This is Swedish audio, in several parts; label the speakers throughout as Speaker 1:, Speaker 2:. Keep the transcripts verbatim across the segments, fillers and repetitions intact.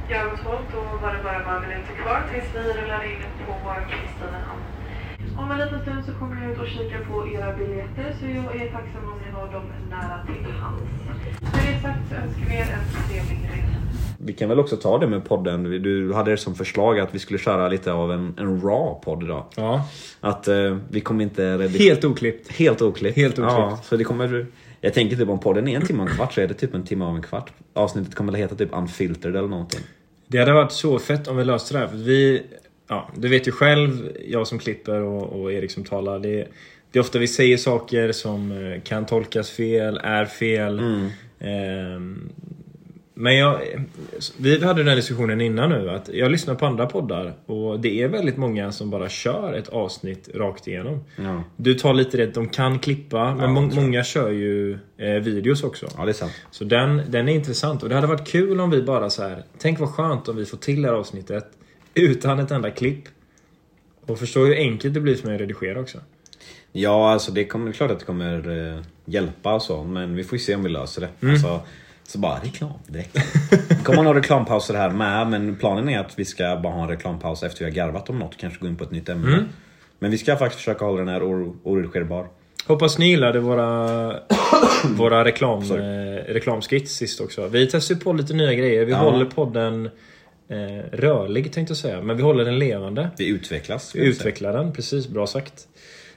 Speaker 1: Jävligt hållt, då var det bara några minuter kvar tills vi rullar in på Kristina hamn. Om en liten stund så kommer jag ut och kika på era biljetter, så jag är tacksam om ni har dem nära till hands. Med det sagt så önskar vi er en trevlig resa.
Speaker 2: Vi kan väl också ta det med podden. Du hade det som förslag att vi skulle köra lite av en, en raw-podd idag.
Speaker 3: Ja.
Speaker 2: Att uh, vi kommer inte... Redigera.
Speaker 3: Helt oklippt.
Speaker 2: Helt oklippt.
Speaker 3: Helt oklippt.
Speaker 2: Ja, så det kommer... Jag tänker typ om podden är en timme och en kvart så är det typ en timme och en kvart. Avsnittet kommer att heta typ Unfiltered eller någonting.
Speaker 3: Det hade varit så fett om vi löste det här. För vi... Ja, du vet ju själv, jag som klipper och, och Erik som talar. Det, det är ofta vi säger saker som kan tolkas fel, är fel.
Speaker 2: Mm.
Speaker 3: Eh, men jag, vi hade den här diskussionen innan nu. Att jag lyssnar på andra poddar. Och det är väldigt många som bara kör ett avsnitt rakt igenom.
Speaker 2: Ja.
Speaker 3: Du tar lite det, de kan klippa. Men
Speaker 2: ja,
Speaker 3: må, många kör ju eh, videos också.
Speaker 2: Ja, det är sant.
Speaker 3: Så den, den är intressant. Och det hade varit kul om vi bara så här. Tänk vad skönt om vi får till det här avsnittet utan ett enda klipp. Och förstå hur enkelt det blir för mig att redigera också.
Speaker 2: Ja, alltså det kommer klart att det kommer uh, hjälpa och så. Men vi får ju se om vi löser det.
Speaker 3: Mm.
Speaker 2: Alltså, så bara reklam direkt. Det kommer ha reklampauser här med. Men planen är att vi ska bara ha en reklampaus efter vi har garvat om något. Kanske gå in på ett nytt ämne.
Speaker 3: Mm.
Speaker 2: Men vi ska faktiskt försöka hålla den här or- oredigerbar.
Speaker 3: Hoppas ni gillade våra, våra reklam, eh, reklamskits sist också. Vi testar på lite nya grejer. Vi
Speaker 2: ja.
Speaker 3: håller podden eh, rörlig tänkte jag säga. Men vi håller den levande.
Speaker 2: Vi utvecklas.
Speaker 3: Vi utvecklar den, precis, bra sagt.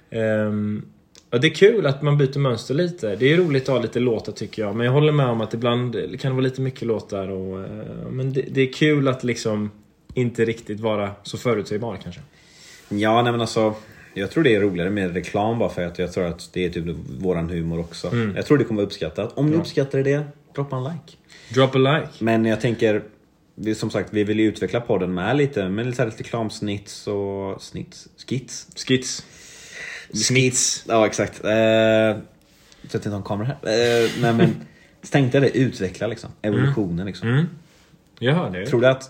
Speaker 3: Um, och det är kul att man byter mönster lite. Det är roligt att ha lite låtar tycker jag. Men jag håller med om att ibland kan det vara lite mycket låtar. Och, uh, men det, det är kul att liksom inte riktigt vara så förutsägbar kanske.
Speaker 2: Ja, nej men alltså... Jag tror det är roligare med reklam bara för att jag tror att det är typ våran humor också. Mm. Jag tror det kommer uppskattat. Om ni ja. uppskattar det, droppa en like.
Speaker 3: Drop a like.
Speaker 2: Men jag tänker, vi, som sagt, vi vill ju utveckla podden med lite, med lite, lite reklamsnitts och snitts, skits.
Speaker 3: Skits.
Speaker 2: Snitts. Ja, exakt. Eh, så att det är någon kamera här. Eh, nej men, tänkte det utveckla liksom. Evolutionen mm. liksom.
Speaker 3: Mm. Jag hör det.
Speaker 2: Tror du att...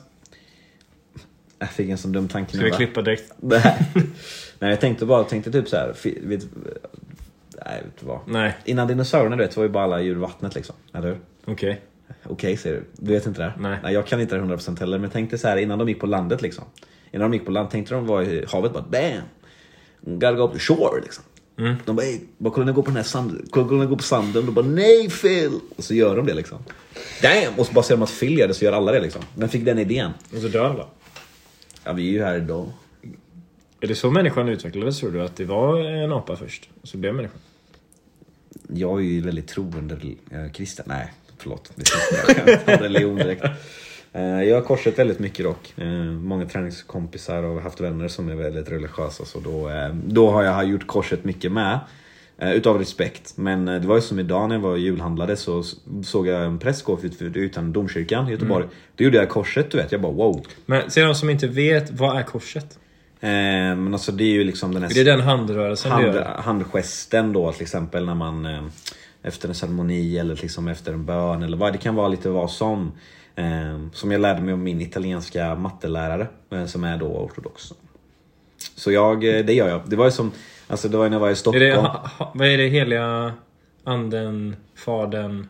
Speaker 2: Jag fick en sån dum tanke.
Speaker 3: Ska vi klippa direkt?
Speaker 2: Nej, jag tänkte bara, tänkte typ så här, vet, nej, vet du vad?
Speaker 3: Nej.
Speaker 2: Innan dinosaurierna, du vet, var ju bara alla djur i vattnet liksom, eller hur?
Speaker 3: Okej. Okay.
Speaker 2: Okej, okay, säger du. Du vet inte det?
Speaker 3: Nej.
Speaker 2: Nej, jag kan inte det hundra procent heller, men jag tänkte så här, innan de gick på landet liksom. Innan de gick på land, tänkte de var i havet bara, damn, gotta go up the shore liksom.
Speaker 3: Mm.
Speaker 2: De bara, hey, bara kolla när gå på den här sanden, kolla när gå på sanden. De bara, nej Phil. Och så gör de det liksom. Damn, och så bara ser de att Phil gör det, så gör alla det liksom. Vem fick den idén?
Speaker 3: Och så dör alla.
Speaker 2: Ja, vi är ju här idag.
Speaker 3: Är det så människan utvecklades, tror du? Att det var en apa först, och så blev människan?
Speaker 2: Jag är ju väldigt troende äh, kristen. Nej, förlåt. Jag har religion direkt. äh, Jag har korsat väldigt mycket dock. äh, Många träningskompisar och haft vänner som är väldigt religiösa. Så då, äh, då har jag gjort korset mycket med, äh, utav respekt. Men äh, det var ju som idag när jag var julhandlade, så såg jag en präst gå ut utan domkyrkan i Göteborg. mm. Då gjorde jag korset, du vet. Jag bara wow.
Speaker 3: Men ser de som inte vet, vad är korset?
Speaker 2: Eh, men alltså det är ju liksom den här,
Speaker 3: det är den handrörelsen
Speaker 2: hand,
Speaker 3: du gör.
Speaker 2: handgesten då till exempel när man eh, efter en ceremoni eller liksom efter en bön eller vad det kan vara, lite vad som eh, som jag lärde mig om min italienska mattelärare eh, som är då ortodox. Så jag, det gör jag. Det var ju som, alltså det var när jag var i Stockholm.
Speaker 3: Är det, ha, ha, vad är det, heliga anden, fadern?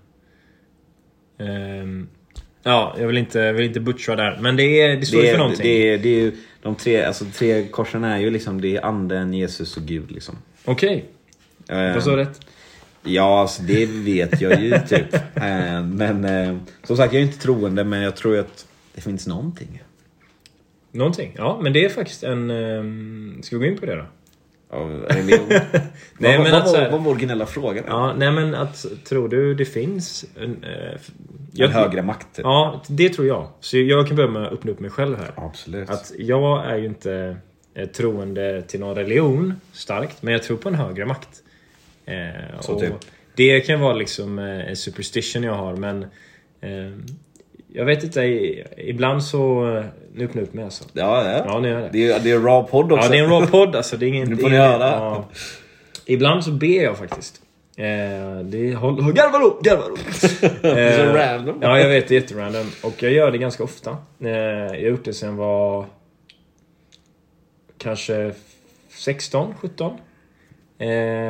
Speaker 3: Ehm, ja, jag vill inte, vill inte butcha där. Men det, är, det står det är, för någonting.
Speaker 2: Det är, det är ju de tre, alltså tre korsen är ju liksom, det är anden, Jesus och Gud liksom.
Speaker 3: Okej. Okay.
Speaker 2: Ehm,
Speaker 3: vad så rätt?
Speaker 2: Ja, alltså det vet jag ju typ. eh, Men eh, som sagt, jag är inte troende, men jag tror att det finns någonting.
Speaker 3: Någonting? Ja, men det är faktiskt en... Um, ska vi gå in på det då?
Speaker 2: Av religion? nej, vad, men vad, att, vad, vad var originella frågan?
Speaker 3: Ja, nej men att, tror du det finns en... Uh,
Speaker 2: en högre makt? Typ.
Speaker 3: Ja, det tror jag. Så jag kan börja med att öppna upp mig själv här.
Speaker 2: Absolut.
Speaker 3: Att jag är ju inte eh, troende till någon religion starkt, men jag tror på en högre makt. Eh,
Speaker 2: så
Speaker 3: och
Speaker 2: typ.
Speaker 3: Det kan vara liksom eh, en superstition jag har, men eh, jag vet inte, ibland så nu öppnar upp mig alltså.
Speaker 2: Ja, ja.
Speaker 3: Ja, ni gör det.
Speaker 2: Det är, det är en raw podd också.
Speaker 3: Ja, det är en raw podd alltså, det är ingen.
Speaker 2: Nu får ni höra.
Speaker 3: Ja. Ibland så ber jag faktiskt. Eh, det håll garvaro, garvaro.
Speaker 2: Det är så random.
Speaker 3: Ja, jag vet, det är jätterandom och jag gör det ganska ofta. Eh, jag har gjort det sen var kanske sexton sjutton.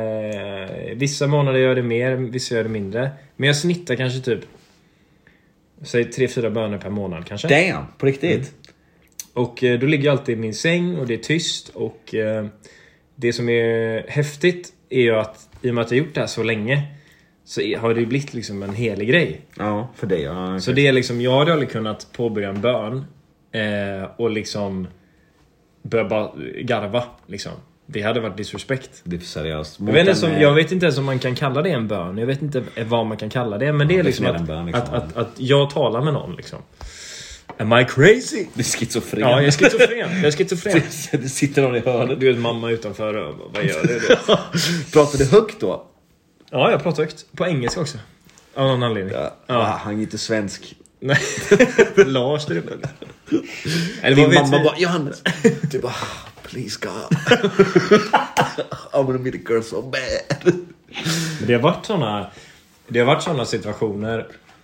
Speaker 3: Eh, vissa månader gör det mer, vissa gör det mindre. Men jag snittar kanske typ Säg tre, fyra böner per månad kanske.
Speaker 2: Damn, på riktigt. Mm.
Speaker 3: Och eh, då ligger jag alltid i min säng och det är tyst. Och eh, det som är häftigt är ju att i och med att jag gjort det här så länge så har det ju blivit liksom en helig grej.
Speaker 2: Ja, för det. Ja,
Speaker 3: så det är liksom, jag hade aldrig kunnat påbörja en bön eh, och liksom börja bara garva liksom. Det hade varit disrespect.
Speaker 2: Det är för seriöst.
Speaker 3: Jag vet, som, jag vet inte ens om man kan kalla det en bön. Jag vet inte vad man kan kalla det. Men det är liksom,
Speaker 2: det är
Speaker 3: att,
Speaker 2: bön, liksom.
Speaker 3: Att, att, att jag talar med någon liksom. Am I crazy?
Speaker 2: Det är schizofren.
Speaker 3: Ja, jag är schizofren. Jag är schizofren.
Speaker 2: Det sitter någon i hörnet.
Speaker 3: Du vet, mamma utanför. Vad gör du?
Speaker 2: Pratar du högt då?
Speaker 3: Ja, jag pratar högt. På engelska också. Av någon anledning.
Speaker 2: Ja. Ja. Han är inte svensk.
Speaker 3: Nej. Lars, det är det.
Speaker 2: Eller din mamma vi? Bara, Johannes. Du bara, please God. I'm gonna meet a girl so bad.
Speaker 3: Men det har varit såna, det har varit såna situationer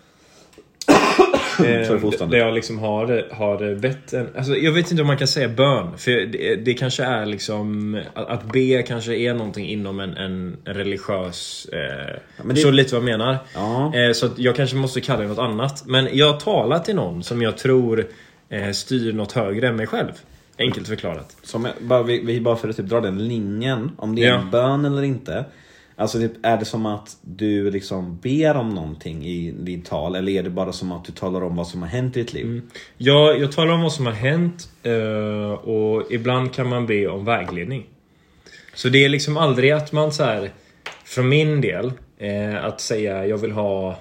Speaker 3: eh, där jag liksom har, har bett en, alltså jag vet inte om man kan säga bön. För det, det kanske är liksom att, att be kanske är någonting inom en, en religiös eh, ja, men det, så lite vad jag menar.
Speaker 2: Ja.
Speaker 3: eh, Så att jag kanske måste kalla det något annat. Men jag talar till någon som jag tror eh, styr något högre än mig själv. Enkelt förklarat.
Speaker 2: Som jag, bara, vi, vi bara för att typ dra den linjen, om det är ja. en bön eller inte. Alltså typ, är det som att du liksom ber om någonting i ditt tal, eller är det bara som att du talar om vad som har hänt i ditt liv? Mm.
Speaker 3: Ja, jag talar om vad som har hänt och ibland kan man be om vägledning. Så det är liksom aldrig att man så här, från min del, att säga jag vill ha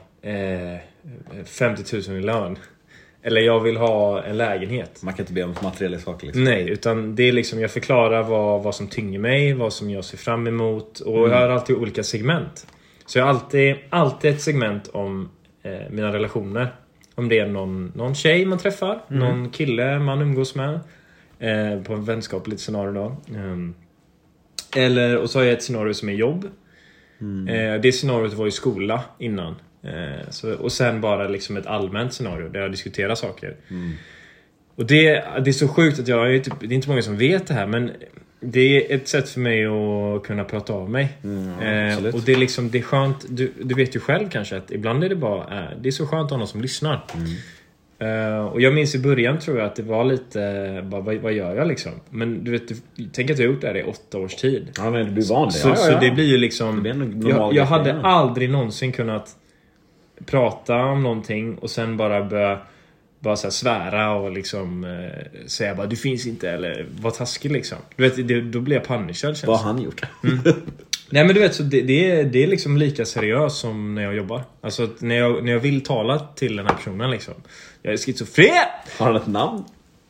Speaker 3: femtio tusen i lön. Eller jag vill ha en lägenhet.
Speaker 2: Man kan inte be om materiella saker liksom.
Speaker 3: Nej, utan det är liksom, jag förklarar vad, vad som tynger mig, vad som jag ser fram emot. Och mm. jag har alltid olika segment. Så jag har alltid, alltid ett segment om eh, mina relationer. Om det är någon, någon tjej man träffar, mm. någon kille man umgås med. Eh, på en vänskapligt scenario då. Um, eller, och så har jag ett scenario som är jobb. Mm. Eh, det scenariot var i skola innan. Eh, så, och sen bara liksom ett allmänt scenario där jag diskuterar saker. Mm. Och det, det är så sjukt att jag, det är inte många som vet det här, men det är ett sätt för mig att kunna prata av mig. Mm, eh, och det är liksom, det är skönt, du, du vet ju själv kanske att ibland är det bara, eh, det är så skönt att ha någon som lyssnar. Mm. Uh, och jag minns i början tror jag att det var lite bara, vad, vad gör jag liksom? Men du vet, du, tänk att jag har gjort det här i åtta års tid.
Speaker 2: Ja, men du blir van det.
Speaker 3: Så,
Speaker 2: ja, ja, ja.
Speaker 3: så det blir ju liksom blir jag, jag hade igen. aldrig någonsin kunnat prata om någonting och sen bara börja bara så här svära och liksom eh, säga bara du finns inte eller vara taskig liksom. Du vet, det, då blir jag paniskad.
Speaker 2: Vad har han gjort?
Speaker 3: Mm. Nej, men du vet, så det, det, är, det är liksom lika seriöst som när jag jobbar. Alltså när jag, när jag vill tala till den här personen liksom. Jag är schizofren!
Speaker 2: Har han ett namn?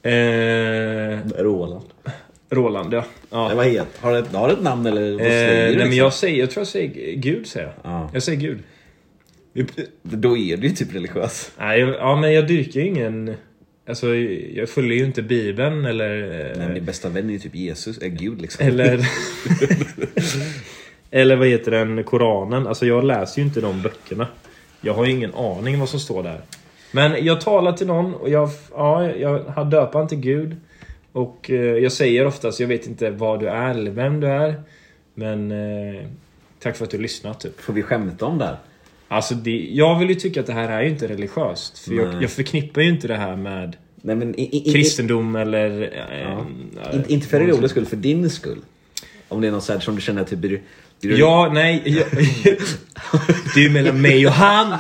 Speaker 3: Eh,
Speaker 2: Roland.
Speaker 3: Roland, ja. ja.
Speaker 2: Det var helt. Har det ett, har det ett namn eller vad säger
Speaker 3: eh,
Speaker 2: du?
Speaker 3: Nej,
Speaker 2: Liksom?
Speaker 3: men jag säger, jag tror jag säger Gud säger jag. Ah. Jag säger Gud.
Speaker 2: Då är du ju typ religiös.
Speaker 3: Nej, jag, ja, men jag dyrkar ju ingen. Alltså, jag följer ju inte Bibeln eller.
Speaker 2: Nej, men din bästa vän är ju typ Jesus, är Gud liksom.
Speaker 3: Eller. Eller vad heter den, Koranen. Alltså jag läser ju inte de böckerna. Jag har ju ingen aning vad som står där. Men jag talar till någon och jag, ja, jag har döpan till Gud. Och eh, jag säger oftast, jag vet inte vad du är eller vem du är. Men eh, tack för att du lyssnat typ.
Speaker 2: Får vi skämta om det här?
Speaker 3: Alltså det, jag vill ju tycka att det här är ju inte religiöst. För jag, jag förknippar ju inte det här med
Speaker 2: Nej, men i, i,
Speaker 3: kristendom eller...
Speaker 2: Ja. Äh, In, inte för religionens skull, för din skull. Om det är något så här som du känner att typ... Blir, blir
Speaker 3: ja, du... nej. Jag, det är mellan mig och han.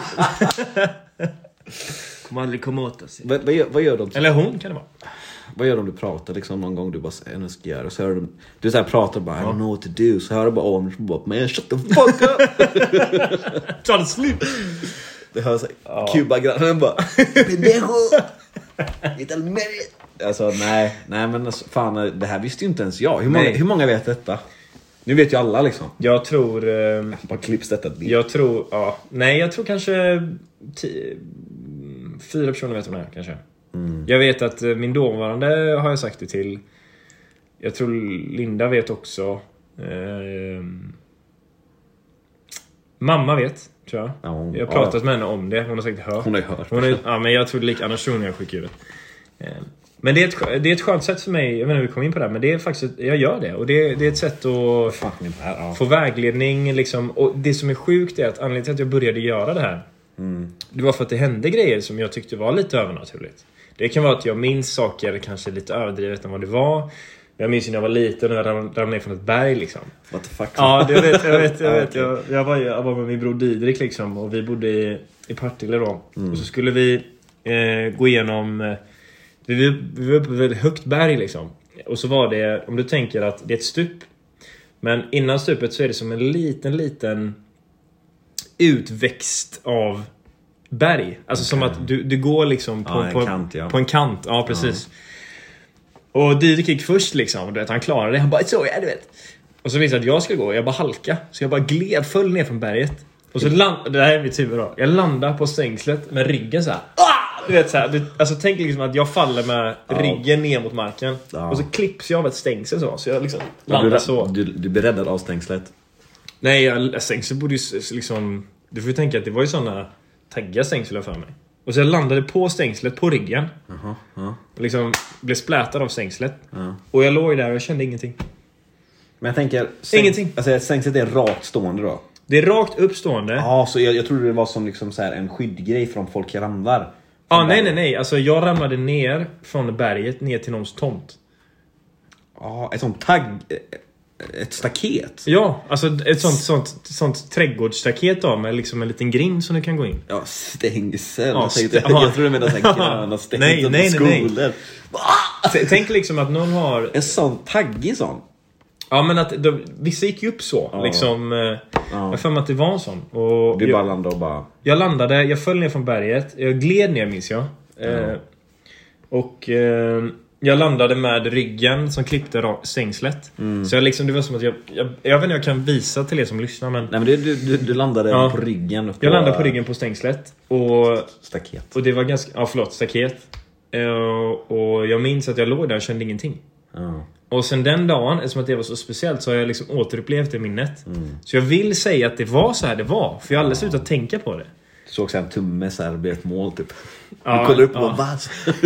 Speaker 3: Kommer aldrig komma åt oss.
Speaker 2: Vad, vad, gör, vad gör de?
Speaker 3: Eller hon kan det vara.
Speaker 2: Vad gör de du pratar liksom någon gång du bara säger en ska göra så hör du du så här pratar bara I don't know what to do så hör du bara om bara man shut the fuck up.
Speaker 3: Ta det slut.
Speaker 2: Det hörs så Cuba grannen bara pendejo. Little Mary. Alltså nej, nej men alltså, fan det här visste ju inte ens jag. Hur många hur många vet detta? Nu vet ju alla liksom.
Speaker 3: Jag tror eh,
Speaker 2: bara klipps detta bild.
Speaker 3: Jag tror ja, nej jag tror kanske tio, fyra personer vet om det här kanske. Mm. Jag vet att min dåvarande har jag sagt det till. Jag tror Linda vet också. eh, Mamma vet, tror jag. Ja, jag har pratat ja. med henne om det. Hon har säkert hört.
Speaker 2: Hon har hört.
Speaker 3: Hon är, ja, men jag tror lik annars tror hon är sjuk i huvudet. eh, Men det är, ett, det är ett skönt sätt för mig. Jag vet inte hur vi kom in på det här, men det är faktiskt, jag gör det. Och det, det är ett sätt att
Speaker 2: ja.
Speaker 3: få vägledning liksom. Och det som är sjukt är att anledningen till att jag började göra det här
Speaker 2: Mm.
Speaker 3: Det var för att det hände grejer som jag tyckte var lite övernaturligt. Det kan vara att jag minns saker kanske lite överdrivet än vad det var. Jag minns när jag var liten och jag ramlade ner från ett berg liksom.
Speaker 2: What the fuck?
Speaker 3: Ja, det, jag vet, jag vet, jag vet. Jag, jag, var, jag var med min bror Didrik liksom. Och vi bodde i, i Partille då. Mm. Och så skulle vi eh, gå igenom... Eh, vi, vi var uppe på ett väldigt högt berg liksom. Och så var det, om du tänker att det är ett stup. Men innan stupet så är det som en liten, liten utväxt av berg. Alltså okay. Som att du, du går liksom på,
Speaker 2: ja, en,
Speaker 3: på,
Speaker 2: kant, ja.
Speaker 3: på en kant. Ja, precis. Ja. Och Didrik gick först liksom. Du vet, han klarade det. Han bara, så ja, du vet. Och så visste jag att jag skulle gå. Jag bara halka. Så jag bara gled, föll ner från berget. Och så landade, det här är mitt huvud då. Jag landade på stängslet med ryggen så här. Du vet så här, du, alltså tänk liksom att jag faller med ja. ryggen ner mot marken. Ja. Och så klipps jag av ett stängsel så. Så jag liksom landar
Speaker 2: du,
Speaker 3: så.
Speaker 2: Du, du blir räddad av stängslet?
Speaker 3: Nej, jag, stängsel borde ju liksom... Du får ju tänka att det var ju sådana taggiga stängsel för mig. Och så jag landade på stängslet på ryggen.
Speaker 2: Uh-huh, uh.
Speaker 3: Och liksom blev splätad av stängslet.
Speaker 2: Uh.
Speaker 3: Och jag låg ju där och jag kände ingenting.
Speaker 2: Men jag tänker... Stängs,
Speaker 3: ingenting.
Speaker 2: Alltså stängslet är rakt stående då?
Speaker 3: Det är rakt uppstående.
Speaker 2: Ja, så jag, jag trodde det var som liksom så här en skyddgrej från folk ramlar.
Speaker 3: Ja, ah, nej, nej, nej. Alltså jag ramlade ner från berget ner till någons tomt.
Speaker 2: Ja, ah, ett sånt tagg... Ett staket?
Speaker 3: Ja, alltså ett sånt, sånt, sånt trädgårdsstaket då, med liksom en liten grind som du kan gå in.
Speaker 2: Ja, stängsel.
Speaker 3: Ja,
Speaker 2: st- jag, jag tror du menar såhär gröna stängsel
Speaker 3: nej, nej,
Speaker 2: på
Speaker 3: nej,
Speaker 2: skolor.
Speaker 3: Nej. Tänk liksom att någon har...
Speaker 2: En sån taggig sån.
Speaker 3: Ja, men att de, vissa gick ju upp så. Ja. Liksom, ja. Jag för mig att det var en sån. Och
Speaker 2: du
Speaker 3: jag,
Speaker 2: bara landade och bara...
Speaker 3: Jag landade, jag föll ner från berget. Jag gled ner, minns jag. Ja. Eh, och... Eh, jag landade med ryggen som klippte stängslet. Mm. Så jag liksom, det var som att jag, jag... Jag vet inte, jag kan visa till er som lyssnar, men...
Speaker 2: Nej, men det, du, du, du landade ja. på ryggen. På,
Speaker 3: jag landade på ryggen på stängslet. Och...
Speaker 2: Staket.
Speaker 3: Och det var ganska... Ja, förlåt, staket. Uh, och jag minns att jag låg där och kände ingenting.
Speaker 2: Ja.
Speaker 3: Och sen den dagen, eftersom att det var så speciellt, så har jag liksom återupplevt det minnet.
Speaker 2: Mm. Så
Speaker 3: jag vill säga att det var så här det var. För jag har aldrig slutat att tänka på det.
Speaker 2: Så också en tumme så här, det blir ett mål typ.
Speaker 3: Ja,
Speaker 2: du kollar upp
Speaker 3: ja.
Speaker 2: och vad?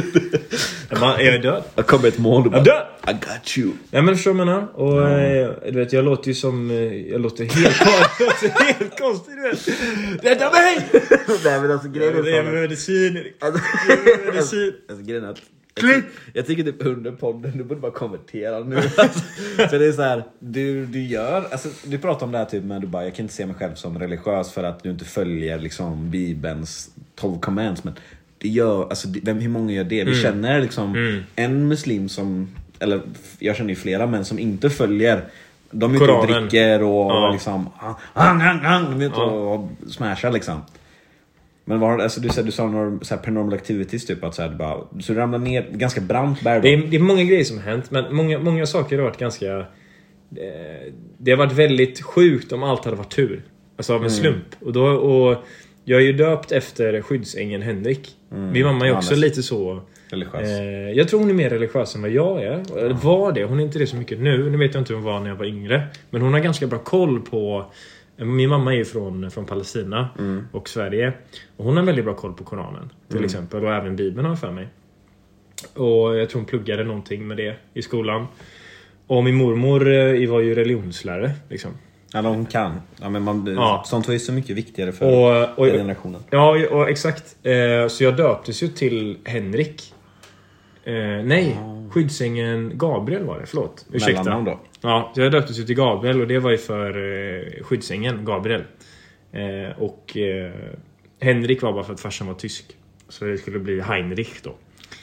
Speaker 3: Man, är jag död?
Speaker 2: Jag kommer ett mål och bara,
Speaker 3: jag död!
Speaker 2: I got you.
Speaker 3: Ja, men förstår man då? Och
Speaker 2: ja.
Speaker 3: eh, du vet, jag låter ju som... Eh, jag låter helt konstigt. helt konstigt, du vet. Rädda mig!
Speaker 2: Nej, men alltså grejen är...
Speaker 3: Det är medicin, Erik.
Speaker 2: Alltså,
Speaker 3: medicin.
Speaker 2: Alltså grejen är att... Jag, ty- jag tycker typ under podden, du borde bara konvertera nu. Alltså, för det är så här, du, du gör... Alltså, du pratar om det här typ, men du bara, jag kan inte se mig själv som religiös för att du inte följer liksom Bibelns tolv commands. Men det gör, alltså, vem, hur många gör det? Vi mm. känner liksom mm. en muslim som... Eller jag känner ju flera män som inte följer... De är ute och dricker och ja. liksom... Ang, ang, ang, de är ute och smashar liksom. Men var, alltså, du, du sa några så här paranormal activities typ att så här, bara, så du ramlar ner ganska brant berg.
Speaker 3: Det är, det är många grejer som har hänt, men många, många saker har varit ganska... Eh, det har varit väldigt sjukt om allt hade varit tur. Alltså av en mm. slump. Och, då, och jag är ju döpt efter skyddsängeln Henrik. Mm. Min mamma är också ja, lite så...
Speaker 2: Religiös.
Speaker 3: Eh, jag tror hon är mer religiös än vad jag är. Eller var det? Hon är inte det så mycket nu. Nu vet jag inte hur hon var när jag var yngre. Men hon har ganska bra koll på... Min mamma är ju från, från Palestina mm. och Sverige. Och hon har väldigt bra koll på Koranen till mm. exempel. Och även Bibeln har för mig. Och jag tror hon pluggade någonting med det i skolan. Och min mormor var ju religionslärare liksom.
Speaker 2: Ja, de kan. Ja, men man,
Speaker 3: ja.
Speaker 2: Sånt var ju så mycket viktigare för
Speaker 3: och, och,
Speaker 2: generationen.
Speaker 3: Ja, och exakt. Eh, så jag döptes ju till Henrik. Eh, nej, oh. skyddsängeln Gabriel var det, förlåt. Ursäkta.
Speaker 2: Mellannamn då?
Speaker 3: Ja, jag döptes ju till Gabriel och det var ju för eh, skyddsängeln Gabriel. Eh, och eh, Henrik var bara för att farsan var tysk. Så det skulle bli Heinrich då.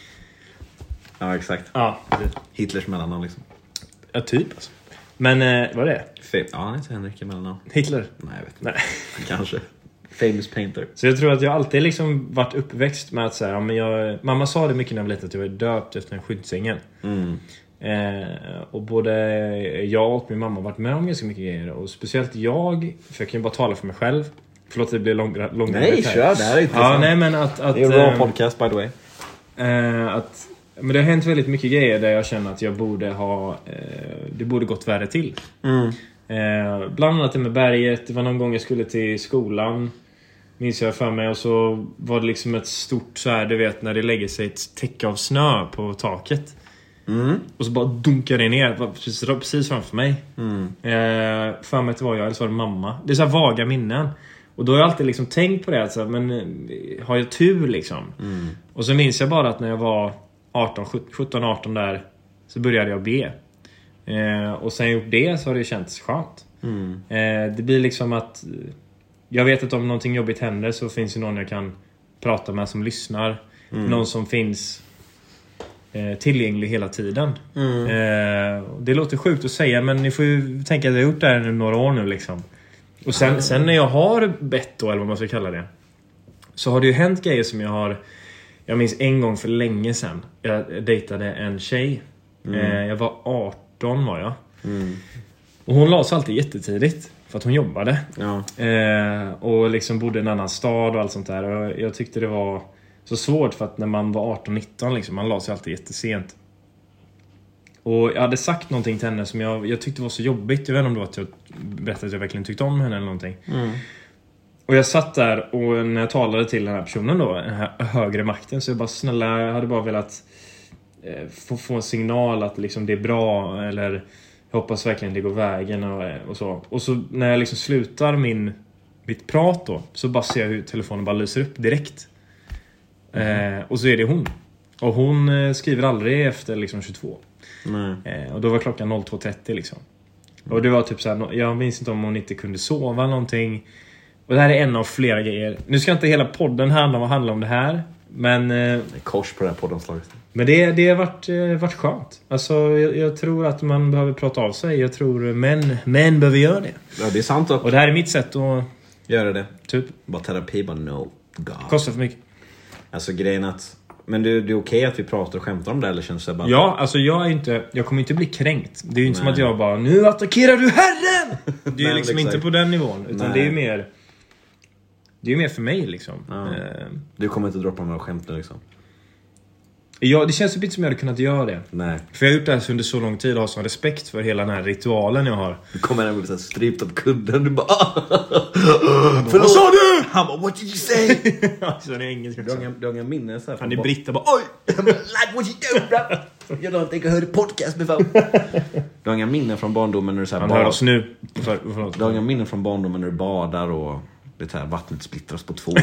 Speaker 2: Ja, exakt.
Speaker 3: Ja.
Speaker 2: Hitlers mellannamn liksom.
Speaker 3: Ja, typ alltså. Men eh, vad är det?
Speaker 2: F- ja, han heter Henrik i mellannamn.
Speaker 3: Hitler?
Speaker 2: Nej, jag vet inte.
Speaker 3: Nej.
Speaker 2: Kanske. Famous painter.
Speaker 3: Så jag tror att jag alltid liksom varit uppväxt med att säga, ja, men jag, mamma sa det mycket när jag var liten att jag var döpt efter en skyddsängel.
Speaker 2: Mm.
Speaker 3: Eh, och både jag och min mamma har varit med om ganska mycket grejer. Och speciellt jag, för jag kan ju bara tala för mig själv. Förlåt, det blir lång, lång
Speaker 2: Nej, kör, det här är inte
Speaker 3: ja, nej, men att, att,
Speaker 2: det är en bra podcast by the way.
Speaker 3: Eh, att, men det har hänt väldigt mycket grejer där jag känner att jag borde ha eh, det borde gått värre till.
Speaker 2: Mm.
Speaker 3: Eh, bland annat det med berget. Det var någon gång jag skulle till skolan, minns jag för mig, och så var det liksom ett stort så här, du vet när det lägger sig ett täcke av snö på taket.
Speaker 2: Mm.
Speaker 3: Och så bara dunkar det ner precis, precis framför mig.
Speaker 2: Mm.
Speaker 3: eh, För mig att det var jag, eller så var det mamma. Det är så här vaga minnen. Och då har jag alltid liksom tänkt på det. Alltså, men har jag tur liksom?
Speaker 2: Mm.
Speaker 3: Och så minns jag bara att när jag var arton, sjutton arton där. Så började jag be. Eh, och sen gjort det så har det känts skönt.
Speaker 2: Mm.
Speaker 3: Eh, det blir liksom att... Jag vet att om någonting jobbigt händer så finns det någon jag kan prata med som lyssnar. Mm. Någon som finns eh, tillgänglig hela tiden. Mm. Eh, det låter sjukt att säga, men ni får ju tänka att jag har gjort det här i några år nu liksom. Och sen, mm. sen när jag har bett då, eller vad man ska kalla det, så har det ju hänt grejer som jag har... Jag minns en gång för länge sedan. Jag dejtade en tjej. Mm. Eh, jag var arton var jag. Mm. Och hon la sig alltid jättetidigt. För att hon jobbade. Ja. Eh, och liksom bodde i en annan stad och allt sånt där. Och jag tyckte det var så svårt för att när man var arton nitton liksom, man la sig alltid jättesent. Och jag hade sagt någonting till henne som jag, jag tyckte var så jobbigt. Jag vet inte om det var att jag berättade att jag verkligen tyckte om henne eller någonting. Mm. Och jag satt där och när jag talade till den här personen då, den här högre makten, så jag bara snälla, jag hade bara velat eh, få, få en signal att liksom det är bra, eller jag hoppas verkligen det går vägen och, och så. Och så när jag liksom slutar min, mitt prat då, så bara ser jag hur telefonen bara lyser upp direkt. Mm. Eh, och så är det hon. Och hon eh, skriver aldrig efter liksom tjugotvå. Mm. Eh, och då var klockan två trettio liksom. Och det var typ så här, jag minns inte om hon inte kunde sova någonting. Och det här är en av flera grejer. Nu ska inte hela podden handla om, handla om det här. Men... Eh,
Speaker 2: det är kors på det här poddomslaget.
Speaker 3: Men det, det har varit, eh, varit skönt. Alltså jag, jag tror att man behöver prata av sig. Jag tror män, män behöver göra det.
Speaker 2: Ja, det är sant. Och,
Speaker 3: och det här är mitt sätt att...
Speaker 2: göra det.
Speaker 3: Typ.
Speaker 2: Bara terapi, bara no. God.
Speaker 3: Kostar för mycket.
Speaker 2: Alltså grejen att... Men det, det är okej att vi pratar och skämtar om det, eller känns det bara...
Speaker 3: Ja, alltså jag är inte... Jag kommer inte bli kränkt. Det är ju inte Nej. som att jag bara... Nu attackerar du herren! Det är ju liksom inte på den nivån. Utan Nej. det är ju mer... Det är ju mer för mig liksom. Ja.
Speaker 2: Du kommer inte droppa några skämt nu liksom.
Speaker 3: Ja, det känns ju lite som jag hade kunnat göra det.
Speaker 2: Nej.
Speaker 3: För jag har gjort det här under så lång tid och har sån respekt för hela den här ritualen jag har.
Speaker 2: Du kommer hem och blir strypt av kudden. Du bara... Förlåt! Vad sa du? Han bara, what did you say?
Speaker 3: Alltså det är engelska.
Speaker 2: Du har inga, du har inga minnen så här.
Speaker 3: Han är britta bara,
Speaker 2: oj! Like what you do, bro? You don't think I heard a podcast before. Du har inga minnen från barndomen när du så här...
Speaker 3: Han bad. Hör oss nu. För,
Speaker 2: förlåt. Du har inga minnen från barndomen när du badar och... Det här vattnet splittras på två.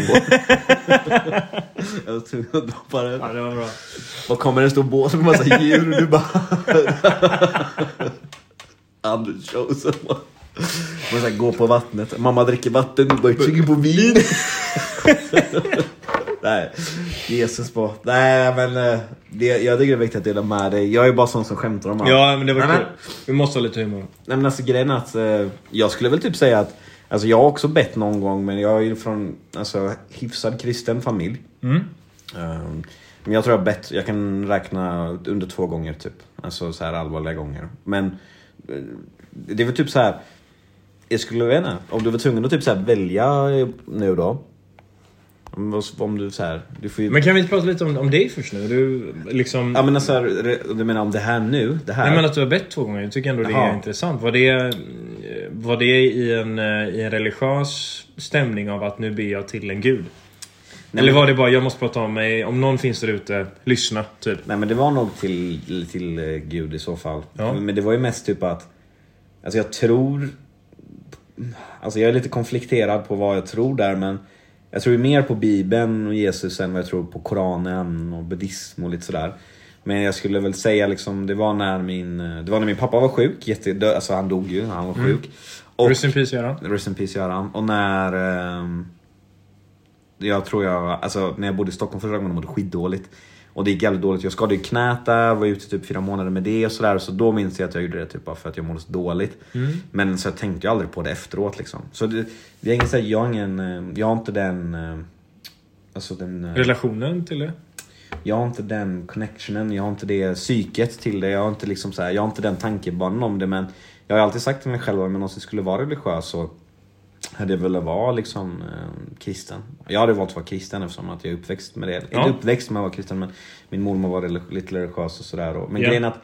Speaker 2: Jag var tvungen att droppa det.
Speaker 3: Ja, det var bra.
Speaker 2: Och kommer en stor båt med massa djur och du bara... Anders Chosen. Man så gå på vattnet. Mamma dricker vatten, du bara suger på vin. Nej, Jesus på. Nej, men det, jag tycker det är viktigt att dela med dig. Jag är bara sån som skämtar om allt.
Speaker 3: Ja, men det var kul. Vi måste ha lite humor.
Speaker 2: Nej, men alltså grejen är att jag skulle väl typ säga att alltså jag har också bett någon gång, men jag är ju från alltså hyfsad kristen familj. Mm. Um, men jag tror jag bett, jag kan räkna under två gånger typ. Alltså så här allvarliga gånger. Men det var typ så här, jag skulle veta om du var tvungen att typ så här välja nu då. Om, om du så här, du får ju...
Speaker 3: Men kan vi inte prata lite om, om dig först nu? Du liksom...
Speaker 2: Ja, men alltså, du menar om det här nu? Det här...
Speaker 3: Nej, men att du har bett två gånger. Jag tycker ändå det Aha. är intressant. Var det, var det i, en, i en religiös stämning av att nu ber jag till en gud? Nej, eller var det bara, jag måste prata om mig, om någon finns där ute, lyssna, typ? Nej,
Speaker 2: men det var nog till, till Gud i så fall. Ja. Men det var ju mest typ att, alltså jag tror, alltså jag är lite konflikterad på vad jag tror där, men jag tror ju mer på Bibeln och Jesus än vad jag tror på Koranen och buddhism och lite sådär. Men jag skulle väl säga liksom, det var när min, det var när min pappa var sjuk, jätte, alltså han dog ju, han var sjuk. Mm.
Speaker 3: Och, rest in peace Göran.
Speaker 2: Rest in peace Göran. Och när, eh, jag tror jag, alltså när jag bodde i Stockholm första gången mådde skitdåligt. Och det gick jävligt dåligt, jag skadade ju knät där, var ute typ fyra månader med det och sådär. Så då minns jag att jag gjorde det typ bara för att jag mådde så dåligt. Mm. Men så jag tänkte ju aldrig på det efteråt liksom. Så det, det är ingen så här, jag har ingen, jag har inte den, alltså den
Speaker 3: relationen till det.
Speaker 2: Jag har inte den connectionen, jag har inte det psyket till det. Jag har inte liksom så här, jag har inte den tankebanan om det. Men jag har alltid sagt till mig själv att om någon skulle vara religiös så hade jag väl vara liksom eh, kristen. Jag hade valt att vara kristen eftersom att jag är uppväxt med det. Ja. Inte uppväxt med att vara kristen, men min mormor var lite religiös och sådär. Men ja. Grejen att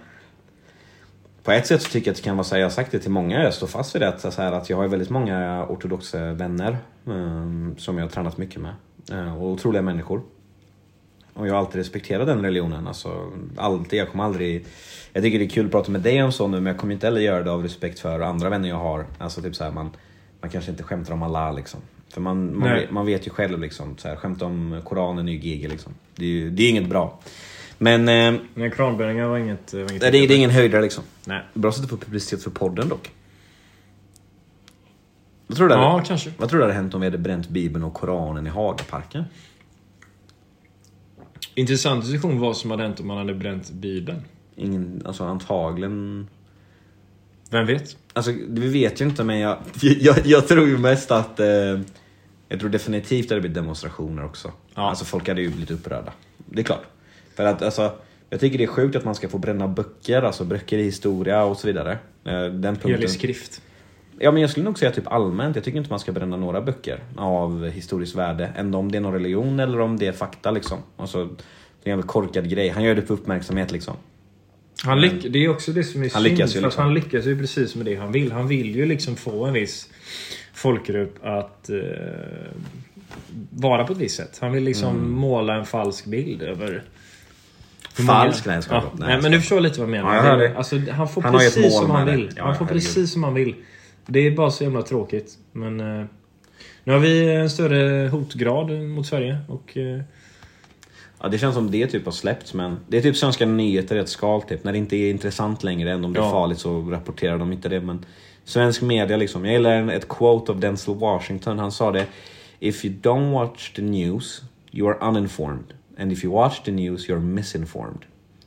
Speaker 2: på ett sätt så tycker jag att det kan vara så här, jag har sagt det till många, jag står fast vid det, så här, att jag har väldigt många ortodoxa vänner eh, som jag har tränat mycket med. Eh, och otroliga människor. Och jag har alltid respekterat den religionen. Alltså, alltid, jag kommer aldrig... Jag tycker det är kul att prata med dig om så nu, men jag kommer inte heller göra det av respekt för andra vänner jag har. Alltså typ så här, man... Man kanske inte skämtar om Allah liksom. För man, man, vet, man vet ju själv liksom, så här, skämt om Koranen är ju G G liksom. Det är ju det är inget bra. Men... Eh,
Speaker 3: Men koranbränningar var inget... Var inget
Speaker 2: det, det är ingen höjdare liksom.
Speaker 3: Nej.
Speaker 2: Bra sätt att få publicitet för podden dock. Vad tror du
Speaker 3: Ja,
Speaker 2: hade,
Speaker 3: kanske.
Speaker 2: Vad tror du hade hänt om vi hade bränt Bibeln och Koranen i Hagaparken?
Speaker 3: Intressant diskussion vad som hade hänt om man hade bränt Bibeln.
Speaker 2: Ingen, alltså antagligen...
Speaker 3: Vem vet?
Speaker 2: Alltså, vi vet ju inte, men jag, jag, jag tror ju mest att... Eh, jag tror definitivt att det blir demonstrationer också.
Speaker 3: Ja.
Speaker 2: Alltså, folk hade ju blivit upprörda. Det är klart. För att, alltså... Jag tycker det är sjukt att man ska få bränna böcker, alltså böcker i historia och så vidare. Eh, den punkten...
Speaker 3: Helig skrift.
Speaker 2: Ja, men jag skulle nog säga typ allmänt. Jag tycker inte man ska bränna några böcker av historiskt värde. Ändå om det är någon religion eller om det är fakta liksom. Alltså, det är en jävla korkad grej. Han gör det för uppmärksamhet liksom.
Speaker 3: Han lyck- det är också det som är
Speaker 2: Han
Speaker 3: synd,
Speaker 2: lyckas ju
Speaker 3: för
Speaker 2: liksom.
Speaker 3: att han lyckas ju precis med det han vill. Han vill ju liksom få en viss folkgrupp att eh, vara på ett visst sätt. Han vill liksom
Speaker 2: Mm.
Speaker 3: måla en falsk bild över...
Speaker 2: Falsk? Nej, jag ska
Speaker 3: ja,
Speaker 2: gå.
Speaker 3: nej, men du förstår lite vad jag menar.
Speaker 2: Ja, jag hör det.
Speaker 3: Alltså, han får
Speaker 2: Han har ju ett
Speaker 3: precis
Speaker 2: mål
Speaker 3: som han
Speaker 2: med det.
Speaker 3: vill.
Speaker 2: Ja,
Speaker 3: han får
Speaker 2: herregud.
Speaker 3: precis som han vill. Det är bara så jävla tråkigt. Men eh, nu har vi en större hotgrad mot Sverige. Och... Eh,
Speaker 2: Ja, det känns som det typ har släppts, men det är typ svenska nyheter i ett skal typ. När det inte är intressant längre, än om det är
Speaker 3: Ja.
Speaker 2: farligt så rapporterar de inte det. Men svensk media liksom. Jag gillar en, ett quote av Denzel Washington. Han sa det: If you don't watch the news, you are uninformed. And if you watch the news, you're misinformed.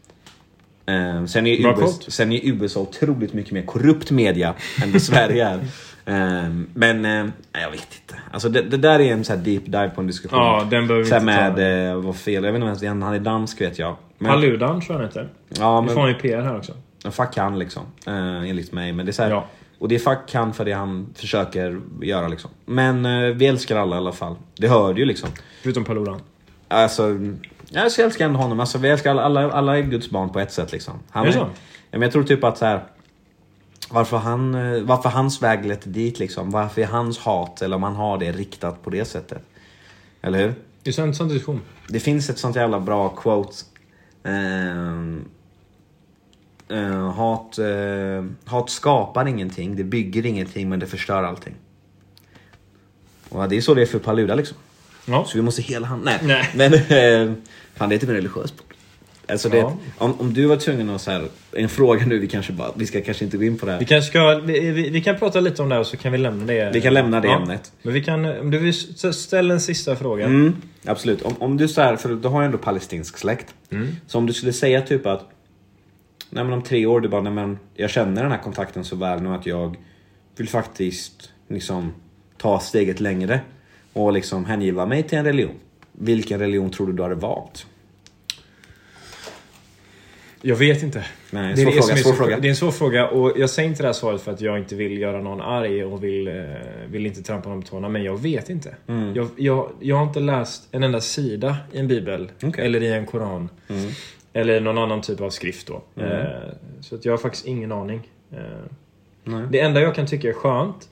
Speaker 2: Um, sen, är
Speaker 3: Bra
Speaker 2: U S,
Speaker 3: quote.
Speaker 2: sen är U S A otroligt mycket mer korrupt media än vad Sverige är. Um, men um, jag vet inte. Alltså det, det där är en så här deep dive på en diskussion.
Speaker 3: ja, den behöver vi
Speaker 2: Så här
Speaker 3: inte ta.
Speaker 2: med, eh, vad fel, jag vet inte ens, han är dansk vet jag. Men,
Speaker 3: Paludan tror jag inte.
Speaker 2: ja,
Speaker 3: Vi
Speaker 2: men
Speaker 3: får en P R här också.
Speaker 2: fuck han liksom, eh, enligt mig. Men det är så här,
Speaker 3: Ja.
Speaker 2: och det är fuck han för det han försöker göra liksom. Men eh, vi älskar alla i alla fall. Det hör du ju liksom.
Speaker 3: Förutom Paludan.
Speaker 2: Alltså, jag älskar ändå honom. Alltså, vi älskar alla, alla, alla är Guds barn på ett sätt liksom. Han
Speaker 3: Är det så?
Speaker 2: Ja, men jag tror typ att så här, varför, han, eh, varför hans väg lett dit liksom. Varför är hans hat, eller om han har det riktat på det sättet. Eller hur?
Speaker 3: Det är en sån diskussion.
Speaker 2: Det finns ett sånt jävla bra quote. Ehm, eh, hat, eh, hat skapar ingenting. Det bygger ingenting, men det förstör allting. Och det är så det är för Paluda liksom.
Speaker 3: Ja.
Speaker 2: Så vi måste hela han. Nej,
Speaker 3: Nej.
Speaker 2: men eh, fan, det är typ en religiös podd. Alltså det,
Speaker 3: Ja.
Speaker 2: om, om du var tvungen att så här, en fråga nu, vi kanske bara, vi ska kanske inte gå in på det här.
Speaker 3: Vi, kanske ska, vi, vi, vi kan prata lite om det och så kan vi lämna det.
Speaker 2: Vi kan lämna det
Speaker 3: Ja.
Speaker 2: ämnet.
Speaker 3: Men vi kan, om du vill ställa en sista fråga.
Speaker 2: Mm, absolut. Om, om du så här, för du har ju ändå palestinsk släkt.
Speaker 3: Mm.
Speaker 2: Så om du skulle säga typ att nej, men om tre år, du bara, nej, men jag känner den här kontakten så väl nu att jag vill faktiskt liksom ta steget längre och liksom hängiva mig till en religion. Vilken religion tror du du hade valt?
Speaker 3: Jag vet inte.
Speaker 2: Nej,
Speaker 3: det, är
Speaker 2: svår
Speaker 3: det,
Speaker 2: fråga,
Speaker 3: som är
Speaker 2: svår
Speaker 3: så,
Speaker 2: fråga.
Speaker 3: det är en svår fråga och jag säger inte det här svaret för att jag inte vill göra någon arg och vill, eh, vill inte trampa någon på tårna, men jag vet inte.
Speaker 2: Mm.
Speaker 3: Jag, jag, jag har inte läst en enda sida i en bibel
Speaker 2: Okej.
Speaker 3: eller i en koran
Speaker 2: Mm.
Speaker 3: eller någon annan typ av skrift då.
Speaker 2: Mm.
Speaker 3: Eh, så att jag har faktiskt ingen aning. Eh,
Speaker 2: Nej.
Speaker 3: Det enda jag kan tycka är skönt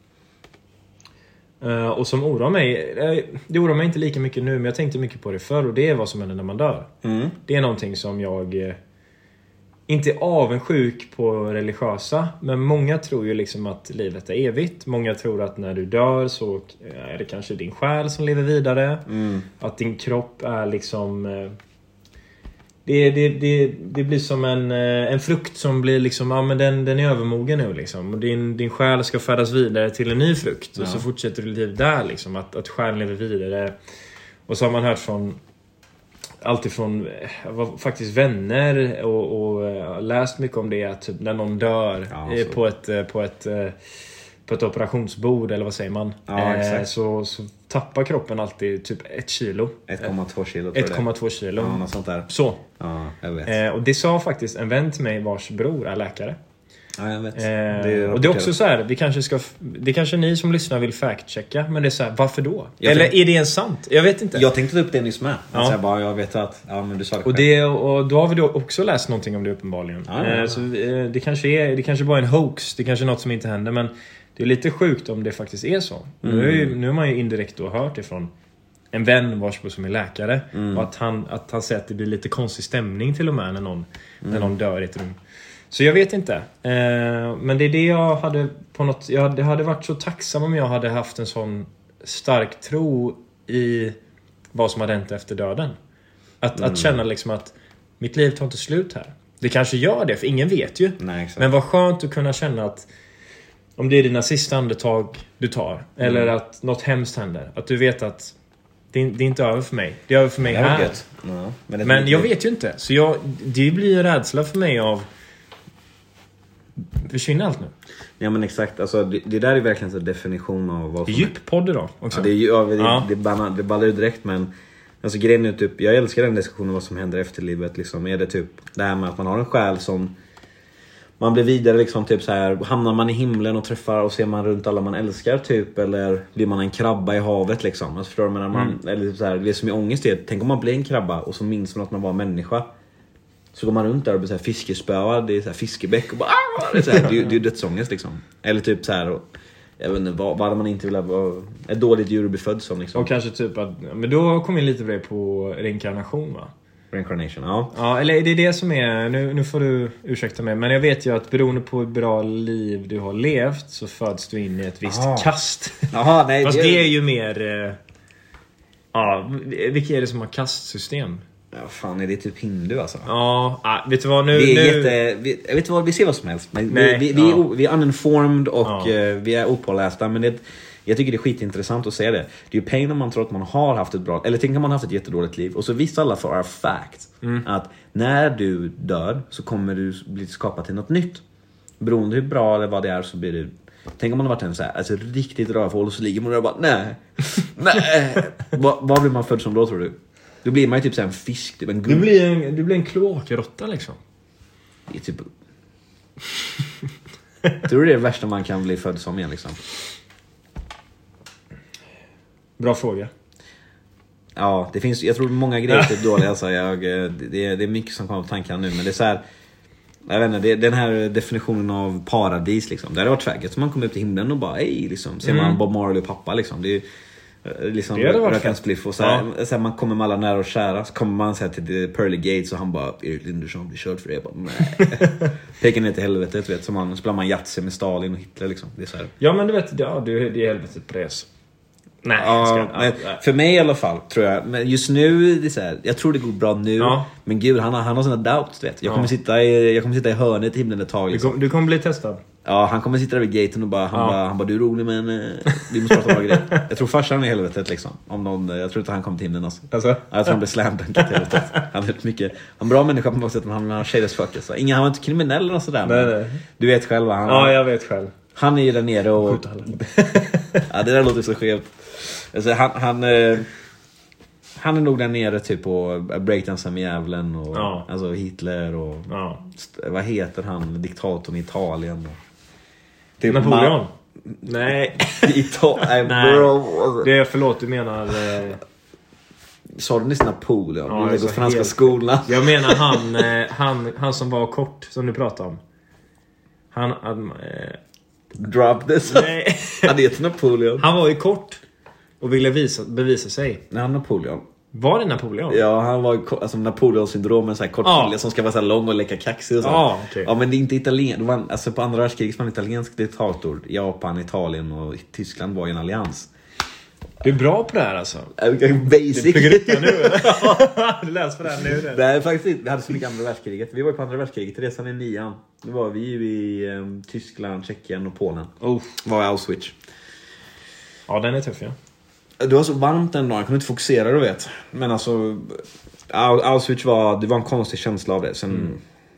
Speaker 3: uh, och som oroar mig, uh, det oroar mig inte lika mycket nu, men jag tänkte mycket på det förr och det är vad som händer när man dör.
Speaker 2: Mm.
Speaker 3: Det är någonting som jag uh, inte är avundsjuk på religiösa, men många tror ju liksom att livet är evigt. Många tror att när du dör så är det kanske din själ som lever vidare.
Speaker 2: Mm.
Speaker 3: Att din kropp är liksom... Uh, Det, det, det, det blir som en, en frukt som blir liksom, ja men den, den är övermogen nu liksom. Och din, din själ ska färdas vidare till en ny frukt.
Speaker 2: Ja.
Speaker 3: Och så fortsätter du liv där liksom. Att, att själen lever vidare. Och så har man hört från alltifrån faktiskt vänner och, och läst mycket om det. Att typ när någon dör
Speaker 2: Ja,
Speaker 3: eh,
Speaker 2: så.
Speaker 3: på ett, på ett på ett operationsbord eller vad säger man,
Speaker 2: Ja, exakt.
Speaker 3: eh, så, så tappar kroppen alltid typ ett kilo.
Speaker 2: ett komma två kilo tror jag
Speaker 3: ett komma två kilo.
Speaker 2: det är. Ja, något sånt där.
Speaker 3: Så.
Speaker 2: Ja, jag vet.
Speaker 3: Eh, och det sa faktiskt en vän till mig vars bror är läkare.
Speaker 2: Ja, jag vet.
Speaker 3: Eh,
Speaker 2: Det är
Speaker 3: och det är också så här, vi kanske ska, det kanske ni som lyssnar vill fact-checka, men det är så här, varför då?
Speaker 2: Jag
Speaker 3: Eller
Speaker 2: tänk-
Speaker 3: är det ens sant? Jag vet inte.
Speaker 2: Jag tänkte ta upp det nyss med.
Speaker 3: Ja.
Speaker 2: Alltså jag bara, jag vet att, ja men du sa det
Speaker 3: Och,
Speaker 2: själv.
Speaker 3: det, och då har vi då också läst någonting om det uppenbarligen.
Speaker 2: Ja, ja, ja.
Speaker 3: Eh, så eh, det kanske är, det kanske bara är en hoax, det kanske är något som inte händer, men det är lite sjukt om det faktiskt är så.
Speaker 2: Mm.
Speaker 3: Nu, är ju, nu har man ju indirekt då hört ifrån en vän vars bror som är läkare,
Speaker 2: Mm.
Speaker 3: och att han, att han säger att det blir lite konstig stämning till och med när någon,
Speaker 2: Mm.
Speaker 3: när någon dör i ett rum. Så jag vet inte. Eh, men det är det jag hade på något, jag hade, hade varit så tacksam om jag hade haft en sån stark tro i vad som har hänt efter döden. Att, mm. att känna liksom att mitt liv tar inte slut här. Det kanske gör det, för ingen vet ju.
Speaker 2: Nej, exakt.
Speaker 3: Men vad skönt att kunna känna att om det är dina sista andetag du tar, mm. eller att något hemskt händer, att du vet att det är, det är inte över för mig. Det är över för mig här.
Speaker 2: Ja, men
Speaker 3: men jag vet ju inte. Så jag, det blir en rädsla för mig av försvinner allt nu.
Speaker 2: Ja, men exakt. Alltså, det, det där är verkligen en definition av vad som är.
Speaker 3: Djup-podd idag också.
Speaker 2: Ja, det, ja, det,
Speaker 3: ja.
Speaker 2: det, det, det ballar ju direkt, men alltså grejen är typ, jag älskar den diskussionen vad som händer efter livet liksom. Är det typ det här med att man har en själ som man blir vidare liksom, typ så här, hamnar man i himlen och träffar och ser man runt alla man älskar typ, eller blir man en krabba i havet liksom. Alltså, förstår du, men man mm. eller typ så här, det som är ångest är, tänk om man blir en krabba och så minns man att man var människa. Så går man runt där och blir så här fiskespöad, det är så här fiskebäck och bara det är så här, det, det är ju dödsångest liksom. Eller typ så här, och jag vet inte, vad, vad man inte vill vara ett dåligt djur att bli född som liksom.
Speaker 3: Och kanske typ att, men då kommer in lite på det på reinkarnation, va?
Speaker 2: Reincarnation, ja.
Speaker 3: Ja, eller det är det som är, nu, nu får du ursäkta mig, men jag vet ju att beroende på hur bra liv du har levt så föds du in i ett visst Aha. kast.
Speaker 2: Aha, nej,
Speaker 3: fast
Speaker 2: det...
Speaker 3: det är ju mer, eh, ja, vilka är det som har kastsystem?
Speaker 2: Ja, fan, är det typ hindu alltså?
Speaker 3: Ja, ah, vet du vad nu...
Speaker 2: Vi är
Speaker 3: nu...
Speaker 2: jätte... Vi, jag vet inte vad, vi ser vad som helst. Men
Speaker 3: Nej,
Speaker 2: vi, vi,
Speaker 3: ja.
Speaker 2: vi, är, vi är uninformed och
Speaker 3: ja.
Speaker 2: uh, vi är opålästa. Men det, jag tycker det är skitintressant att säga det. Det är ju pain om man tror att man har haft ett bra... Eller tänk om man har haft ett jättedåligt liv. Och så visst alla för our fact. Mm. Att när du dör så kommer du bli skapad till något nytt. Beroende hur bra eller vad det är så blir det... Tänk om man har varit en så här, alltså riktigt rövhål och så ligger man där och bara nej. Nej. vad, vad blir man född som då, tror du? Då blir man ju typ så här en fisk, typ en
Speaker 3: du blir en, du blir en kloakrotta liksom.
Speaker 2: Det är typ... Tror du det är det värsta man kan bli född som igen liksom?
Speaker 3: Bra fråga.
Speaker 2: Ja, det finns, jag tror många grejer är dåliga alltså. jag, det, det är mycket som kommer på tankarna nu, men det är så här, jag vet inte, det är den här definitionen av paradis liksom. Det hade varit tvägget som man kommer upp till himlen och bara hej liksom, ser mm. man Bob Marley och pappa liksom. Det är liksom röka en spliff och så här, ja. så här, man kommer med alla nära och kära, så kommer man så här till The Pearly Gates och han bara Erik Lindersson blir körd för det. Jag bara, nej. Pekar ner till helvetet, vet, så man spelar man Yatzy med Stalin och Hitler liksom. Det är så här.
Speaker 3: Ja, men du vet, ja, det är helvetet pres. Nej,
Speaker 2: ja,
Speaker 3: ska,
Speaker 2: men ja, för mig i alla fall tror jag, men just nu det är så här, jag tror det går bra nu, ja. men gud han har han har såna doubts, vet. Jag kommer ja. sitta i jag kommer sitta i hörnet i himlen ett tag liksom.
Speaker 3: Du, kom, du kommer bli testad.
Speaker 2: Ja, han kommer sitta där vid gaten och bara han ja. bara han bara du är rolig, men vi måste prata om några grejer. Jag tror farsan är i helvetet liksom. Om någon, jag tror inte han kommer till himlen alltså. alltså? Ja, jag tror han blir slamdunkad i helvetet. Han är mycket en bra människa på något sätt, men han har shades fuck så. Ingen, han var inte kriminell eller så där.
Speaker 3: Nej, nej.
Speaker 2: Du vet själv han.
Speaker 3: Ja, jag vet själv.
Speaker 2: Han är ju där nere och ja, det där låter så skevt. Alltså, han, han, eh, han är nog där nere typ på breakdansa med djävulen och ja. alltså Hitler och
Speaker 3: ja.
Speaker 2: st- vad heter han, diktatorn i Italien och,
Speaker 3: typ Napoleon. Ma- Nej.
Speaker 2: Italien.
Speaker 3: Nej. Bro. Det är förlåt, du menar eh...
Speaker 2: sa du nyss Napoleon?
Speaker 3: Ja,
Speaker 2: du går franska helt... skolan.
Speaker 3: Jag menar han, eh, han han som var kort som du pratade om. Han eh...
Speaker 2: drop this.
Speaker 3: Nej.
Speaker 2: Han heter Napoleon.
Speaker 3: Han var ju kort och ville visa, bevisa sig.
Speaker 2: Nej, han Napoleon.
Speaker 3: Var det Napoleon?
Speaker 2: Ja, han var alltså Napoleon syndrom, en sån här kort
Speaker 3: ja.
Speaker 2: kille som ska vara så här lång och leka kaxig och så.
Speaker 3: Ja, okay.
Speaker 2: Ja, men det är inte italien. Det var alltså på andra världskriget var en italiensk diktator. Japan, Italien och Tyskland var i en allians.
Speaker 3: Du är bra på det här alltså.
Speaker 2: Basic.
Speaker 3: Du pluggar ut det nu eller? Du läser på det här nu. Det.
Speaker 2: Det är faktiskt inte. Vi hade så mycket andra världskriget. Vi var ju på andra världskriget. Resan i nian. Då var vi ju i um, Tyskland, Tjeckien och Polen.
Speaker 3: Oh.
Speaker 2: Var i Auschwitz.
Speaker 3: Ja, den är tuff, ja.
Speaker 2: Det var så varmt den dagen, jag kunde inte fokusera, du vet. Men alltså Auschwitz var, det var en konstig känsla av det. Sen mm.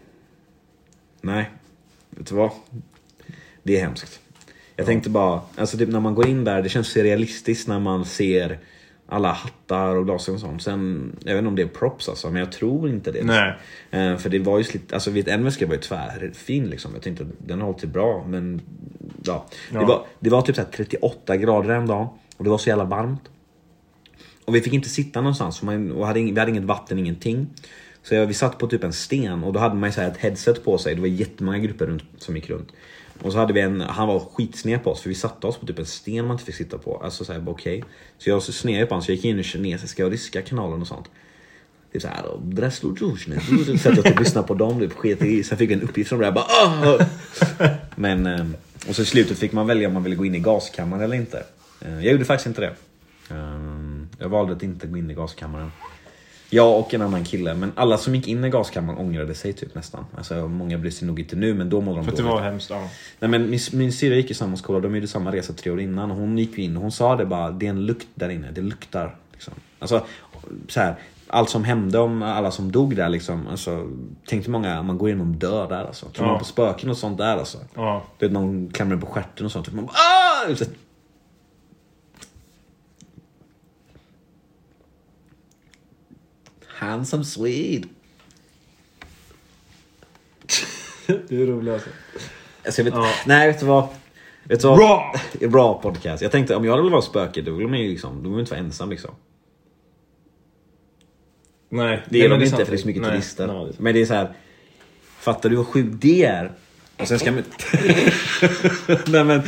Speaker 2: nej, vet du vad? Det är hemskt. Jag ja. tänkte bara, alltså typ när man går in där, det känns realistiskt när man ser alla hattar och glasögon och sånt. Sen, jag vet inte om det är props alltså, men jag tror inte det.
Speaker 3: Nej.
Speaker 2: Eh, för det var ju slitt, alltså vid en väska var ju tvärfin liksom. Jag tänkte den har hållit bra, men ja. ja. Det, var, det var typ så här trettioåtta grader en dag. Och det var så jävla varmt. Och vi fick inte sitta någonstans. Man, och hade, vi hade inget vatten, ingenting. Så jag, vi satt på typ en sten. Och då hade man ju så här ett headset på sig. Det var jättemånga grupper runt, som gick runt. Och så hade vi en, han var skitsned på oss. För vi satte oss på typ en sten man inte fick sitta på. Alltså så här, okej. Okay. Så jag så sned på honom. Så jag gick in i kinesiska och ryska kanalen och sånt. Typ såhär, dräslojusne. Så att jag lyssnade på dem, typ sket i. Sen fick jag en uppgift från det. Jag bara, men, och så i slutet fick man välja om man ville gå in i gaskammaren eller inte. Jag gjorde faktiskt inte det. Jag valde att inte gå in i gaskammaren. Jag och en annan kille. Men alla som gick in i gaskammaren ångrade sig typ nästan. Alltså många bryr sig nog inte nu, men då mådde de
Speaker 3: för att det var hemskt, ja.
Speaker 2: Nej, men min, min syra gick i samma skola. De gjorde samma resa tre år innan. Hon gick in och hon sa det bara, det är en lukt där inne. Det luktar liksom. Alltså så här, allt som hände om alla som dog där liksom. Alltså, tänkte många, man går in och dör där alltså. Tror
Speaker 3: ja.
Speaker 2: man på spöken och sånt där alltså.
Speaker 3: Ja.
Speaker 2: Det är någon klämmer på stjärten och sånt. Typ man bara, ah! Handsome Swede.
Speaker 3: Det är roligt alltså.
Speaker 2: Alltså, jag vet,
Speaker 3: ja.
Speaker 2: Nej, vet du vad? Vet du vad?
Speaker 3: Bra!
Speaker 2: Bra podcast. Jag tänkte, om jag ville vara spöke, då vill man ju liksom, då vill man inte vara ensam liksom.
Speaker 3: Nej.
Speaker 2: Det är
Speaker 3: de
Speaker 2: inte, för det är så mycket
Speaker 3: nej,
Speaker 2: turister.
Speaker 3: nej.
Speaker 2: Men det är så här, fattar du hur sjukt det är? Och sen ska man... nej, men...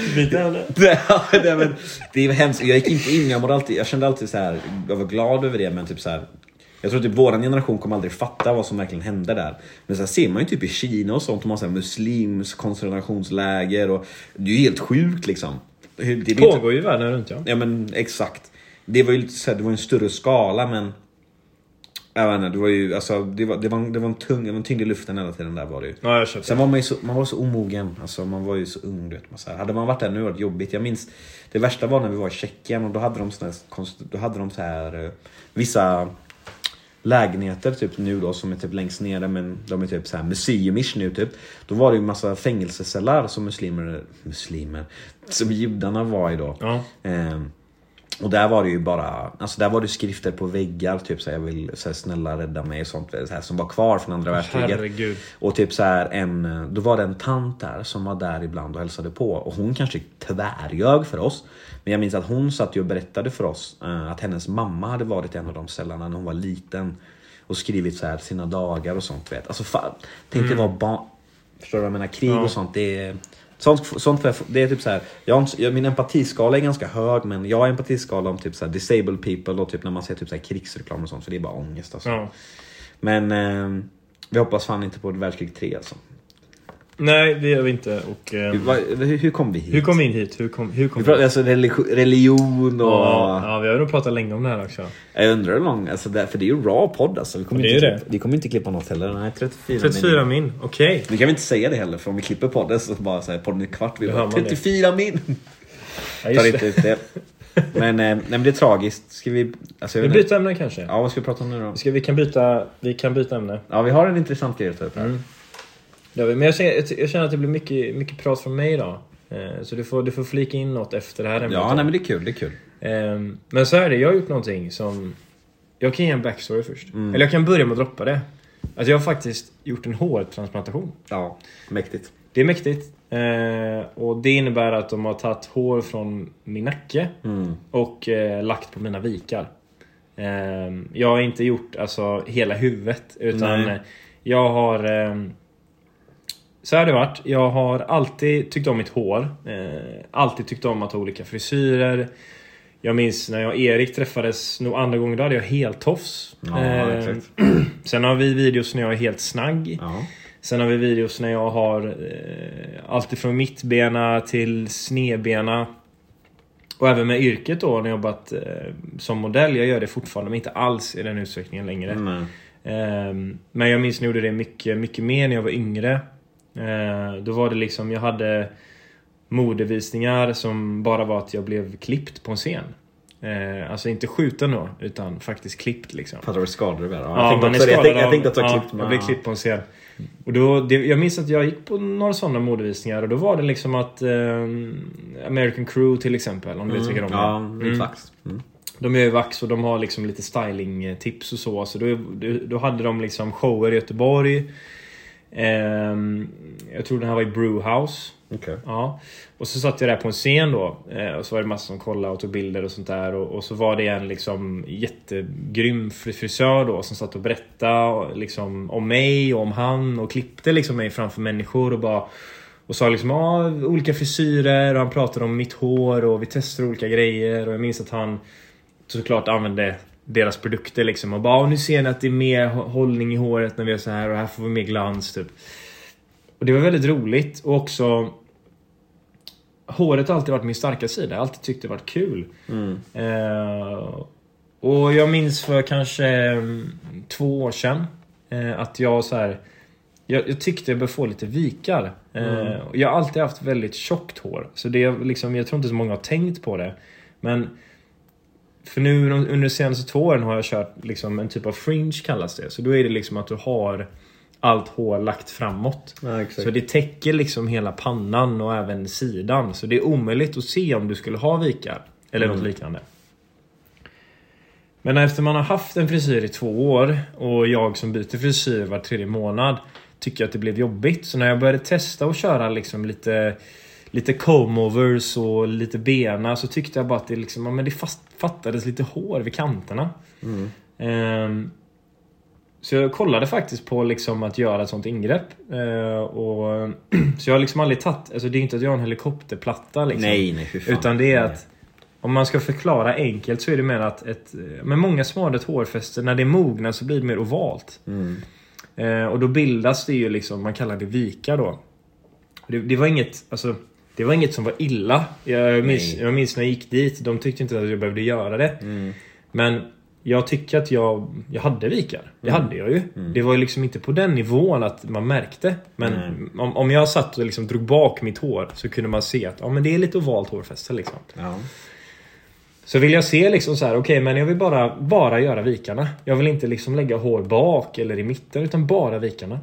Speaker 2: nej, men det är hemskt. Jag gick inte in, jag, alltid, jag kände alltid så här, jag var glad över det, men typ så här, jag tror typ våran generation kommer aldrig fatta vad som verkligen hände där. Men så här ser man ju typ i Kina och sånt, de har så här muslims koncentrationsläger och det är ju helt sjukt liksom. Det, det
Speaker 3: pågår ju världen runt, ja.
Speaker 2: Ja, men exakt. Det var ju lite så här, det var en större skala, men jag vet inte, det var ju alltså det var det var det var en tung, det var en tyngd i luften hela tiden där var det ju.
Speaker 3: Ja, jag köpte.
Speaker 2: Sen var man ju så, man var så omogen, alltså man var ju så ung, du vet, man så här. Hade man varit där nu var det jobbigt. Jag minns det värsta var när vi var i Tjeckien och då hade de såna här, då hade de så här uh, vissa lägenheter typ nu då som är typ längst nere, men de är typ så här museumish nu typ. Då var det ju en massa fängelsecellar som muslimer muslimer som judarna var i då.
Speaker 3: Ja.
Speaker 2: Um, Och där var det ju bara, alltså där var det skrifter på väggar typ så här, jag vill så här, snälla rädda mig och sånt så här, som var kvar från andra världskriget.
Speaker 3: Herregud.
Speaker 2: Och typ så här en, då var det en tant där som var där ibland och hälsade på och hon kanske tvärjög för oss. Men jag minns att hon satt ju och berättade för oss uh, att hennes mamma hade varit i en av de cellerna när hon var liten och skrivit så här sina dagar och sånt, vet. Alltså fan, tänk mm. det var barn, förstår du vad jag menar, krig ja. Och sånt, det är Sånt, sånt för, det är typ så här, jag, jag, min empatiskala är ganska hög, men jag har empatiskala om typ så här disabled people och typ när man ser typ så här krigsreklam och sånt, för det är bara ångest alltså. Ja. Men eh, vi hoppas fan inte på ett världskrig tre alltså.
Speaker 3: Nej, det gör vi inte. Och, eh,
Speaker 2: hur, hur, hur kom vi hit?
Speaker 3: Hur kom vi in hit? Hur kom, hur kom
Speaker 2: vi pratar, alltså religion och...
Speaker 3: Ja, ja, vi har nog pratat länge om det här också.
Speaker 2: Jag undrar hur lång, alltså det, för det är ju raw podd alltså. Vi kommer,
Speaker 3: det
Speaker 2: inte,
Speaker 3: är det.
Speaker 2: vi kommer inte klippa något heller. Nej, trettiofyra,
Speaker 3: trettiofyra min, min. okej. Okay.
Speaker 2: Vi kan väl inte säga det heller, för om vi klipper podden så bara så här, podden är kvart. Vi bara, trettiofyra min! Ja, tar inte ut det. Men, nej, men det är tragiskt. Ska vi... Alltså,
Speaker 3: vi byter ämne kanske?
Speaker 2: Ja, vad ska vi prata om nu då?
Speaker 3: Ska vi, kan byta, vi kan byta ämne.
Speaker 2: Ja, vi har en intressant grej att ta upp här. Mm.
Speaker 3: Men jag känner, jag känner att det blir mycket, mycket prat från mig idag. Så du får, du får flika in något efter det här ämnet.
Speaker 2: Ja, nej, men det är kul, det är kul.
Speaker 3: Men så är det, jag har gjort någonting som... Jag kan ge en backstory först. Mm. Eller jag kan börja med att droppa det. Alltså jag har faktiskt gjort en hårtransplantation.
Speaker 2: Ja, mäktigt.
Speaker 3: Det är mäktigt. Och det innebär att de har tagit hår från min nacke mm. och lagt på mina vikar. Jag har inte gjort alltså hela huvudet, utan nej. Jag har... Så har det varit. Jag har alltid tyckt om mitt hår. Eh, alltid tyckt om att ha olika frisyrer. Jag minns när jag och Erik träffades nog andra gången, då hade jag helt tofs.
Speaker 2: Ja,
Speaker 3: eh, sen har vi videos när jag är helt snagg.
Speaker 2: Ja.
Speaker 3: Sen har vi videos när jag har eh, allt från mittbena till snedbena. Och även med yrket då, när jag jobbat eh, som modell. Jag gör det fortfarande, men inte alls i den utsträckningen längre.
Speaker 2: Mm.
Speaker 3: Eh, men jag minns när jag gjorde det mycket, mycket mer när jag var yngre. Eh, då var det liksom, jag hade modevisningar som bara var att jag blev klippt på en scen. Eh, alltså inte skjuten då, utan faktiskt klippt liksom.
Speaker 2: För att du var skadad där. Ja,
Speaker 3: ja,
Speaker 2: jag, tänkte också, jag, tänkte, jag tänkte att du var
Speaker 3: ja,
Speaker 2: klippt med.
Speaker 3: Jag blev klippt på en scen. Och då, det, jag minns att jag gick på några sådana modevisningar och då var det liksom att eh, American Crew till exempel, om du
Speaker 2: mm,
Speaker 3: vet vilka de är.
Speaker 2: Ja, mm. vax. Mm.
Speaker 3: De gör ju vax och de har liksom lite styling-tips och så. Så då, då hade de liksom shower i Göteborg. Um, jag tror den här var i Brewhouse.
Speaker 2: Okay.
Speaker 3: Ja. Och så satt jag där på en scen då. eh, Och så var det massa som kollade och tog bilder och sånt där. Och, och så var det en liksom jättegrym frisör då, som satt och berättade liksom om mig och om han. Och klippte liksom mig framför människor och bara... Och sa liksom, ja, olika frisyrer. Och han pratade om mitt hår och vi testade olika grejer. Och jag minns att han såklart använde deras produkter liksom. Och bara, nu ser ni att det är mer hållning i håret när vi gör så här. Och här får vi mer glans typ. Och det var väldigt roligt. Och också håret har alltid varit min starka sida. Jag har alltid tyckt det varit kul.
Speaker 2: Mm.
Speaker 3: Eh, och jag minns för kanske um, två år sedan eh, att jag så här, jag, jag tyckte jag bör få lite vikar. Eh,
Speaker 2: Mm.
Speaker 3: Jag har alltid haft väldigt tjockt hår. Så det är liksom, jag tror inte så många har tänkt på det. Men för nu under de senaste två åren har jag kört liksom en typ av fringe kallas det. Så då är det liksom att du har allt hår lagt framåt.
Speaker 2: Ja, exakt.
Speaker 3: Så det täcker liksom hela pannan och även sidan. Så det är omöjligt att se om du skulle ha vikar. Eller
Speaker 2: Mm.
Speaker 3: något liknande. Men efter man har haft en frisyr i två år och jag som byter frisyr var tredje månad tycker att det blev jobbigt. Så när jag började testa och köra liksom lite, lite comb-overs och lite bena så tyckte jag bara att det, liksom, ja, men det fast, fattades lite hår vid kanterna.
Speaker 2: Mm.
Speaker 3: Ehm, så jag kollade faktiskt på liksom att göra ett sånt ingrepp. Ehm, och, så jag har liksom aldrig tagit, alltså det är inte att jag har en helikopterplatta liksom.
Speaker 2: Nej, nej, fy fan.
Speaker 3: Utan det är
Speaker 2: Nej.
Speaker 3: att om man ska förklara enkelt så är det mer att ett, med många som har ett hårfäste, när det är mogna så blir det mer ovalt.
Speaker 2: Mm.
Speaker 3: Eh, och då bildas det ju liksom, man kallar det vikar då. Det, det var inget, alltså det var inget som var illa. Jag minns, jag minns när jag gick dit, de tyckte inte att jag behövde göra det.
Speaker 2: Mm.
Speaker 3: Men jag tycker att jag, jag hade vikar. Det
Speaker 2: Mm.
Speaker 3: hade jag ju.
Speaker 2: Mm.
Speaker 3: Det var ju liksom inte på den nivån att man märkte. Men
Speaker 2: Nej.
Speaker 3: om, om jag satt och liksom drog bak mitt hår så kunde man se att ja, men det är lite ovalt hårfäste liksom.
Speaker 2: Ja.
Speaker 3: Så vill jag se liksom så här, okej, okay, men jag vill bara, bara göra vikarna. Jag vill inte liksom lägga hår bak eller i mitten, utan bara vikarna.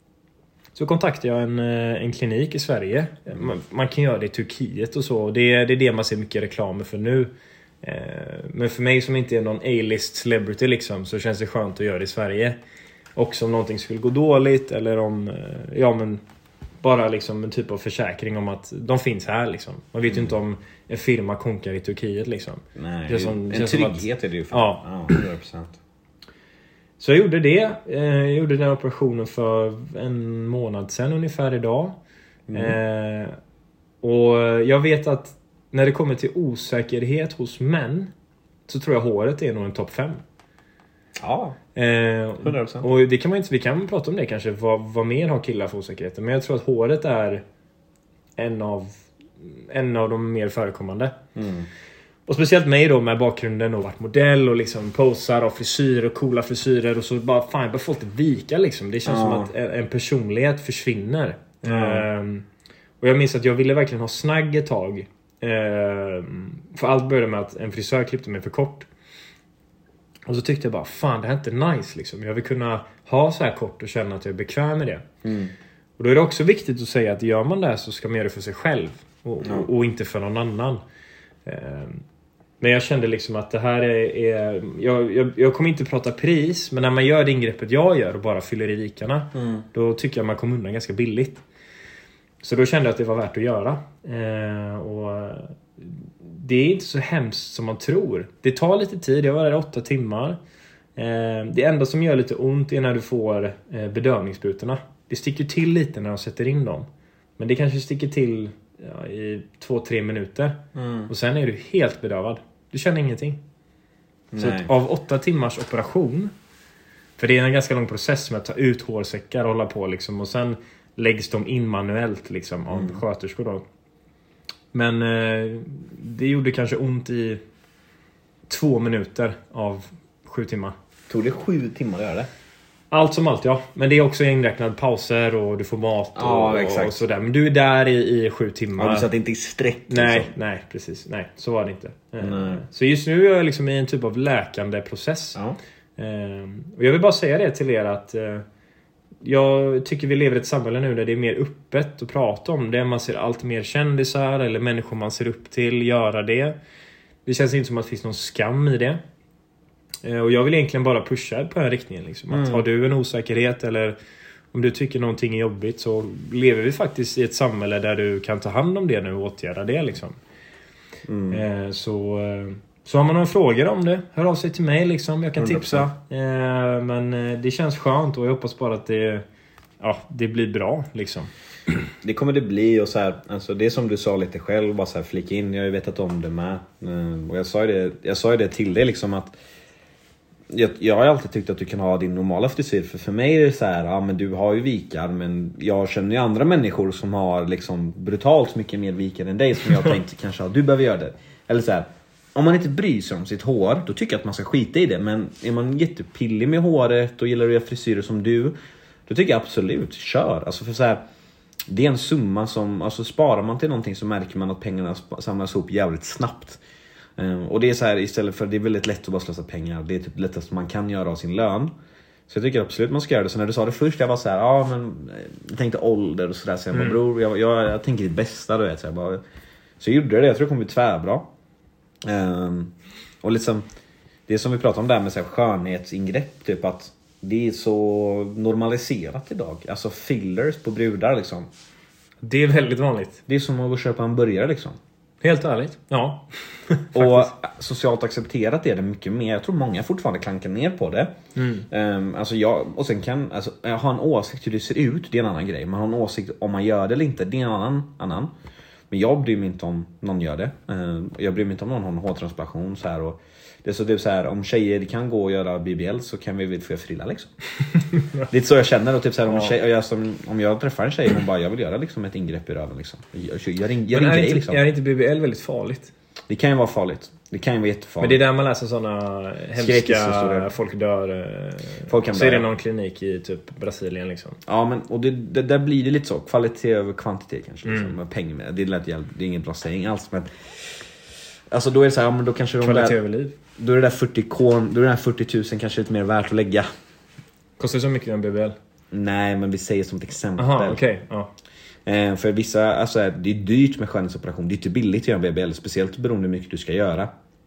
Speaker 3: Så kontaktade jag en, en klinik i Sverige. Man, man kan göra det i Turkiet och så. Det är, det är det man ser mycket reklam för nu. Eh, men för mig som inte är någon A-list celebrity liksom, så känns det skönt att göra det i Sverige. Och om någonting skulle gå dåligt eller om, ja men bara liksom en typ av försäkring om att de finns här liksom. Man vet ju
Speaker 2: Mm.
Speaker 3: inte om en firma konkar i Turkiet liksom.
Speaker 2: Nej,
Speaker 3: Det är som-
Speaker 2: en
Speaker 3: det är som att-
Speaker 2: trygghet är det ju för.
Speaker 3: Ja.
Speaker 2: Ja, hundra procent.
Speaker 3: Så jag gjorde det. Eh, Jag gjorde den operationen för en månad sedan ungefär idag.
Speaker 2: Mm.
Speaker 3: Eh, och jag vet att när det kommer till osäkerhet hos män så tror jag håret är nog en topp fem.
Speaker 2: Ja,
Speaker 3: Eh,
Speaker 2: hundra procent.
Speaker 3: och det kan man inte, vi kan prata om det kanske, vad, vad mer har killar för osäkerheter. Men jag tror att håret är en av, en av de mer förekommande.
Speaker 2: Mm.
Speaker 3: Och speciellt mig då med bakgrunden och varit modell och liksom posar och frisyrer och coola frisyrer och så bara fan jag bara får lite vika liksom. Det känns
Speaker 2: Ja.
Speaker 3: som att en, en personlighet försvinner.
Speaker 2: Ja.
Speaker 3: Ehm, och jag minns att jag ville verkligen ha snagg ett tag. Ehm, för allt började med att en frisör klippte mig för kort. Och så tyckte jag bara fan det här är inte nice liksom. Jag vill kunna ha så här kort och känna att jag är bekväm med det.
Speaker 2: Mm.
Speaker 3: Och då är det också viktigt att säga att gör man det så ska man göra det för sig själv. Och,
Speaker 2: Ja.
Speaker 3: och, och inte för någon annan. Ehm, Men jag kände liksom att det här är... är jag, jag, jag kommer inte prata pris. Men när man gör det ingreppet jag gör och bara fyller i vikarna.
Speaker 2: Mm.
Speaker 3: Då tycker jag man kommer undan ganska billigt. Så då kände jag att det var värt att göra. Eh, och det är inte så hemskt som man tror. Det tar lite tid. Jag var där i åtta timmar. Eh, det enda som gör lite ont är när du får eh, bedövningssprutorna. Det sticker till lite när de sätter in dem. Men det kanske sticker till ja, i två, tre minuter.
Speaker 2: Mm.
Speaker 3: Och sen är du helt bedövad. Du känner ingenting. Så
Speaker 2: Nej.
Speaker 3: att av åtta timmars operation. För det är en ganska lång process med att ta ut hårsäckar och hålla på liksom. Och sen läggs de in manuellt liksom av
Speaker 2: Mm.
Speaker 3: sköterskor då. Men eh, det gjorde kanske ont i två minuter av sju timmar.
Speaker 2: Tog det sju timmar att göra det?
Speaker 3: Allt som allt, ja. Men det är också inräknad pauser och du får mat och,
Speaker 2: Ja, exakt.
Speaker 3: och sådär. Men du är där i, i sju timmar.
Speaker 2: Ja, du satt inte i sträck
Speaker 3: Nej,
Speaker 2: liksom.
Speaker 3: nej, precis. Nej, så var det inte. Eh,
Speaker 2: Nej.
Speaker 3: Så just nu är jag liksom i en typ av läkande process.
Speaker 2: Ja.
Speaker 3: Eh, Och jag vill bara säga det till er att eh, jag tycker vi lever i ett samhälle nu där det är mer öppet att prata om det. Man ser allt mer kändisar eller människor man ser upp till göra det. Det känns inte som att det finns någon skam i det. Eh, Och jag vill egentligen bara pusha på den riktningen. Liksom. Att
Speaker 2: Mm.
Speaker 3: har du en osäkerhet eller om du tycker någonting är jobbigt så lever vi faktiskt i ett samhälle där du kan ta hand om det nu och åtgärda det liksom.
Speaker 2: Mm.
Speaker 3: Eh, så, eh, så har man några frågor om det, hör av sig till mig liksom. Jag kan
Speaker 2: hundra
Speaker 3: tipsa.
Speaker 2: procent.
Speaker 3: Eh, men eh, det känns skönt och jag hoppas bara att det, ja, det blir bra liksom.
Speaker 2: Det kommer det bli och så här, alltså det som du sa lite själv, bara så här flika in, jag har ju vetat om det med. Eh, Och jag sa ju det, jag sa ju det till dig liksom att jag, jag har alltid tyckt att du kan ha din normala frisyr. För för mig är det så här, ja men du har ju vikar. Men jag känner ju andra människor som har liksom brutalt mycket mer vikar än dig. Som jag tänkte kanske att du behöver göra det. Eller så här, om man inte bryr sig om sitt hår, då tycker jag att man ska skita i det. Men är man jättepillig med håret och gillar att göra frisyrer som du, då tycker jag absolut, kör. Alltså för så här, det är en summa som, alltså sparar man till någonting så märker man att pengarna samlas ihop jävligt snabbt. Um, och det är så här, istället för, det är väldigt lätt att bara slösa pengar. Det är typ lättast man kan göra av sin lön. Så jag tycker absolut man ska göra det. Så när du sa det först, jag var så här, ja men jag tänkte ålder och sådär. Så jag bara, mm. bror, jag, jag, jag tänker ditt bästa, du vet. Så jag, bara, så jag gjorde det, jag tror det kommer bli tvärbra. Um, och liksom, det är som vi pratade om där med så här, skönhetsingrepp, typ att det är så normaliserat idag. Alltså fillers på brudar liksom.
Speaker 3: Det är väldigt vanligt.
Speaker 2: Det är som att gå och köpa en burgare liksom.
Speaker 3: Helt ärligt, ja.
Speaker 2: Och socialt accepterat är det mycket mer. Jag tror många fortfarande klankar ner på det. Mm. Um, alltså jag, och sen kan, alltså, jag har en åsikt hur det ser ut, det är en annan grej. Man har en åsikt om man gör det eller inte, det är en annan, annan. Men jag bryr mig inte om någon gör det. Um, jag bryr mig inte om någon har en hårtransplantation så här. Och det är så, det är så här, om tjejer kan gå och göra B B L så kan vi väl få frilla liksom. Det är så jag känner och typ så här, om, ja. tjej, och jag, som, om jag träffar en tjej och hon bara, jag vill göra liksom ett ingrepp i röven liksom. Jag, jag, jag, jag, jag
Speaker 3: Men är,
Speaker 2: grej,
Speaker 3: inte,
Speaker 2: liksom.
Speaker 3: är inte B B L väldigt farligt?
Speaker 2: Det kan ju vara farligt. Det kan ju vara jättefarligt.
Speaker 3: Men det är där man läser sådana hemska, folk dör. Folk kan så dö. Är det någon klinik i typ Brasilien liksom.
Speaker 2: Ja, men och det, det där blir det lite så. Kvalitet över kvantitet kanske. Liksom, mm. Pengar med. Det är lätt hjälp. Det är ingen bra sägning alls. Men alltså då är det så här, ja, men då kanske de
Speaker 3: kvalitet
Speaker 2: där,
Speaker 3: över liv.
Speaker 2: Då är det där fyrtio K, då är det där fyrtio tusen kanske lite mer värt att lägga.
Speaker 3: Kostar det så mycket en B B L?
Speaker 2: Nej, men vi säger som ett exempel.
Speaker 3: Aha, okej. Okay. Ja.
Speaker 2: Eh, för vissa, alltså det är dyrt med skönhetsoperation. Det är inte billigt att göra en B B L, speciellt beroende hur mycket du ska göra.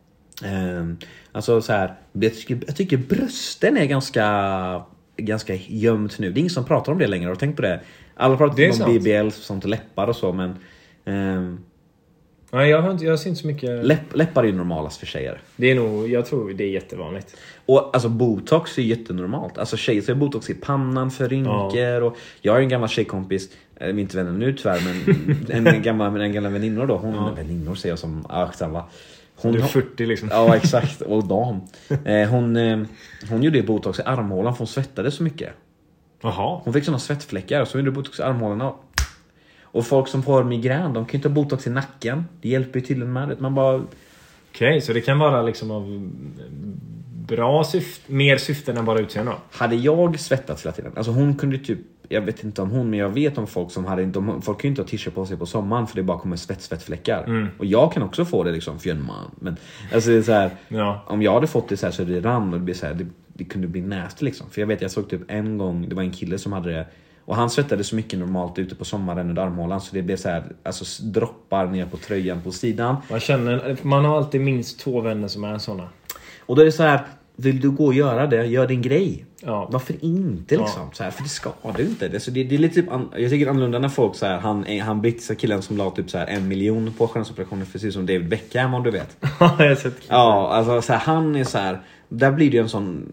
Speaker 2: Eh, alltså så här, jag tycker, jag tycker brösten är ganska ganska gömt nu. Det är ingen som pratar om det längre. Har du tänkt på det? Alla pratar om sant. B B L och sånt och läppar och så, men eh,
Speaker 3: nej, jag har inte, jag har inte så mycket.
Speaker 2: Läpp, läppar är ju normalast för tjejer.
Speaker 3: Det är nog, jag tror det är jättevanligt.
Speaker 2: Och alltså botox är jättenormalt. Alltså tjejer ser botox i pannan för rynkor. Ja. Och jag har en gammal tjejkompis, äh, inte vänner nu tyvärr, men en gammal, en gammal väninnor då. Hon, ja. Väninnor säger jag som aktiva. Hon
Speaker 3: du är fyrtio liksom.
Speaker 2: Ja, exakt. Och dam. Eh, hon, eh, hon gjorde botox i armhålan för hon svettade så mycket.
Speaker 3: Jaha.
Speaker 2: Hon fick såna svettfläckar, så hon gjorde botox i armhålan. Och folk som får migrän, de kan ju inte ha botox i nacken. Det hjälper ju till med det. Man bara...
Speaker 3: Okej, okay, så det kan vara liksom av bra syfte, mer syften än bara utseende.
Speaker 2: Hade jag svettats hela tiden, alltså hon kunde typ, jag vet inte om hon, men jag vet om folk som hade, de, folk kan ju inte ha t-shirt på sig på sommaren för det bara kommer svett, svettfläckar. Mm. Och jag kan också få det liksom, för en man. Men alltså det är så här, ja. Om jag hade fått det så här så det rann och det blir så här, det, det kunde bli nasty liksom. För jag vet, jag såg typ en gång, det var en kille som hade det. Och han svettade så mycket normalt ute på sommaren under armhålan, så det blev så här, alltså droppar ner på tröjan på sidan.
Speaker 3: Man känner, man har alltid minst två vänner som är såna.
Speaker 2: Och då är det så här, vill du gå och göra det, gör din grej.
Speaker 3: Ja.
Speaker 2: Varför inte liksom? Ja. Så här, för det skadar ju inte. Det, så det, det är lite typ, jag tycker annorlunda när folk så här, han han brittiska killen som la typ så här en miljon på skönhetsoperationer, precis som David Beckham, om du vet.
Speaker 3: Ja, jag har sett.
Speaker 2: Ja, alltså så här, han är så här, där blir det ju en sån,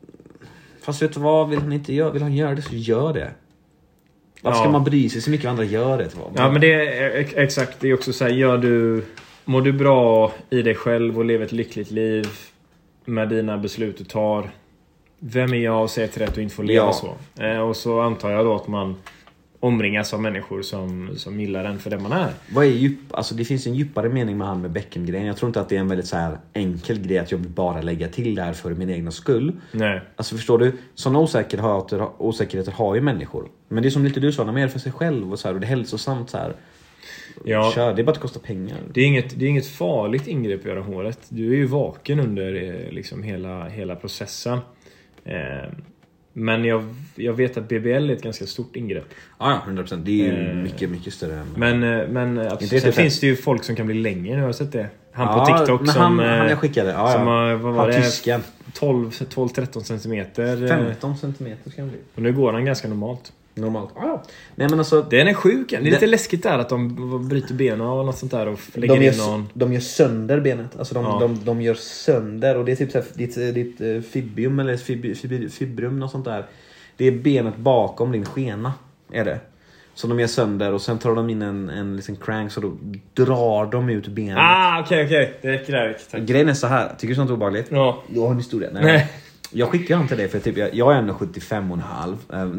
Speaker 2: fast vet du vad, vill han inte göra, vill han göra det så gör det. Varför ska ja. man bry sig så mycket andra gör det?
Speaker 3: Ja, men det är exakt. Det är också så här, gör du, mår du bra i dig själv och lever ett lyckligt liv med dina beslut du tar. Vem är jag att säga till dig att du inte får leva ja. så? Eh, och så antar jag då att man omringas av människor som, som gillar den för det man är.
Speaker 2: Vad är djup? Alltså det finns en djupare mening med han med Beckham-grejen. Jag tror inte att det är en väldigt så här enkel grej att jag vill bara lägga till där för min egna skull.
Speaker 3: Nej.
Speaker 2: Alltså förstår du? Sådana osäkerheter, osäkerheter har ju människor. Men det är som lite du sa, när man gör för sig själv och så här, och det är hälsosamt så här. Ja, kör, det är bara att det kostar pengar.
Speaker 3: Det är inget, det är inget farligt ingrepp att göra håret. Du är ju vaken under liksom hela, hela processen. Eh, men jag, jag vet att B B L är ett ganska stort ingrepp.
Speaker 2: Ja, hundra procent. Det är ju eh, mycket, mycket större än...
Speaker 3: Men, men absolut, sen finns det ju folk som kan bli längre. Jag har sett det. Han
Speaker 2: ja,
Speaker 3: på TikTok som...
Speaker 2: Han, han jag skickade. Ja,
Speaker 3: som
Speaker 2: ja.
Speaker 3: Vad var
Speaker 2: han
Speaker 3: det? tolv till tretton centimeter.
Speaker 2: femton centimeter ska han bli.
Speaker 3: Och nu går han ganska normalt.
Speaker 2: Normalt. Ja. Nej, men alltså,
Speaker 3: den är sjuk. Det är lite det, läskigt där att de bryter benen och något sånt där och lägger
Speaker 2: de
Speaker 3: in
Speaker 2: gör,
Speaker 3: någon.
Speaker 2: De gör sönder benet. Alltså de,
Speaker 3: ja.
Speaker 2: de, de, de gör sönder. Och det är typ så här, ditt, ditt fibium eller fib, fib, fibrum och sånt där. Det är benet bakom din skena. Är det. Så de gör sönder och sen tar de in en, en liten crank så då drar de ut benet.
Speaker 3: Ah, okej, okay, okej. Okay. Det räcker där.
Speaker 2: Tack. Grejen är så här. Tycker du sånt är obehagligt?
Speaker 3: Ja.
Speaker 2: Du har en historia. Nej.
Speaker 3: Nej.
Speaker 2: Jag skickar inte det för typ, jag, jag är ändå sjuttiofem och en halv.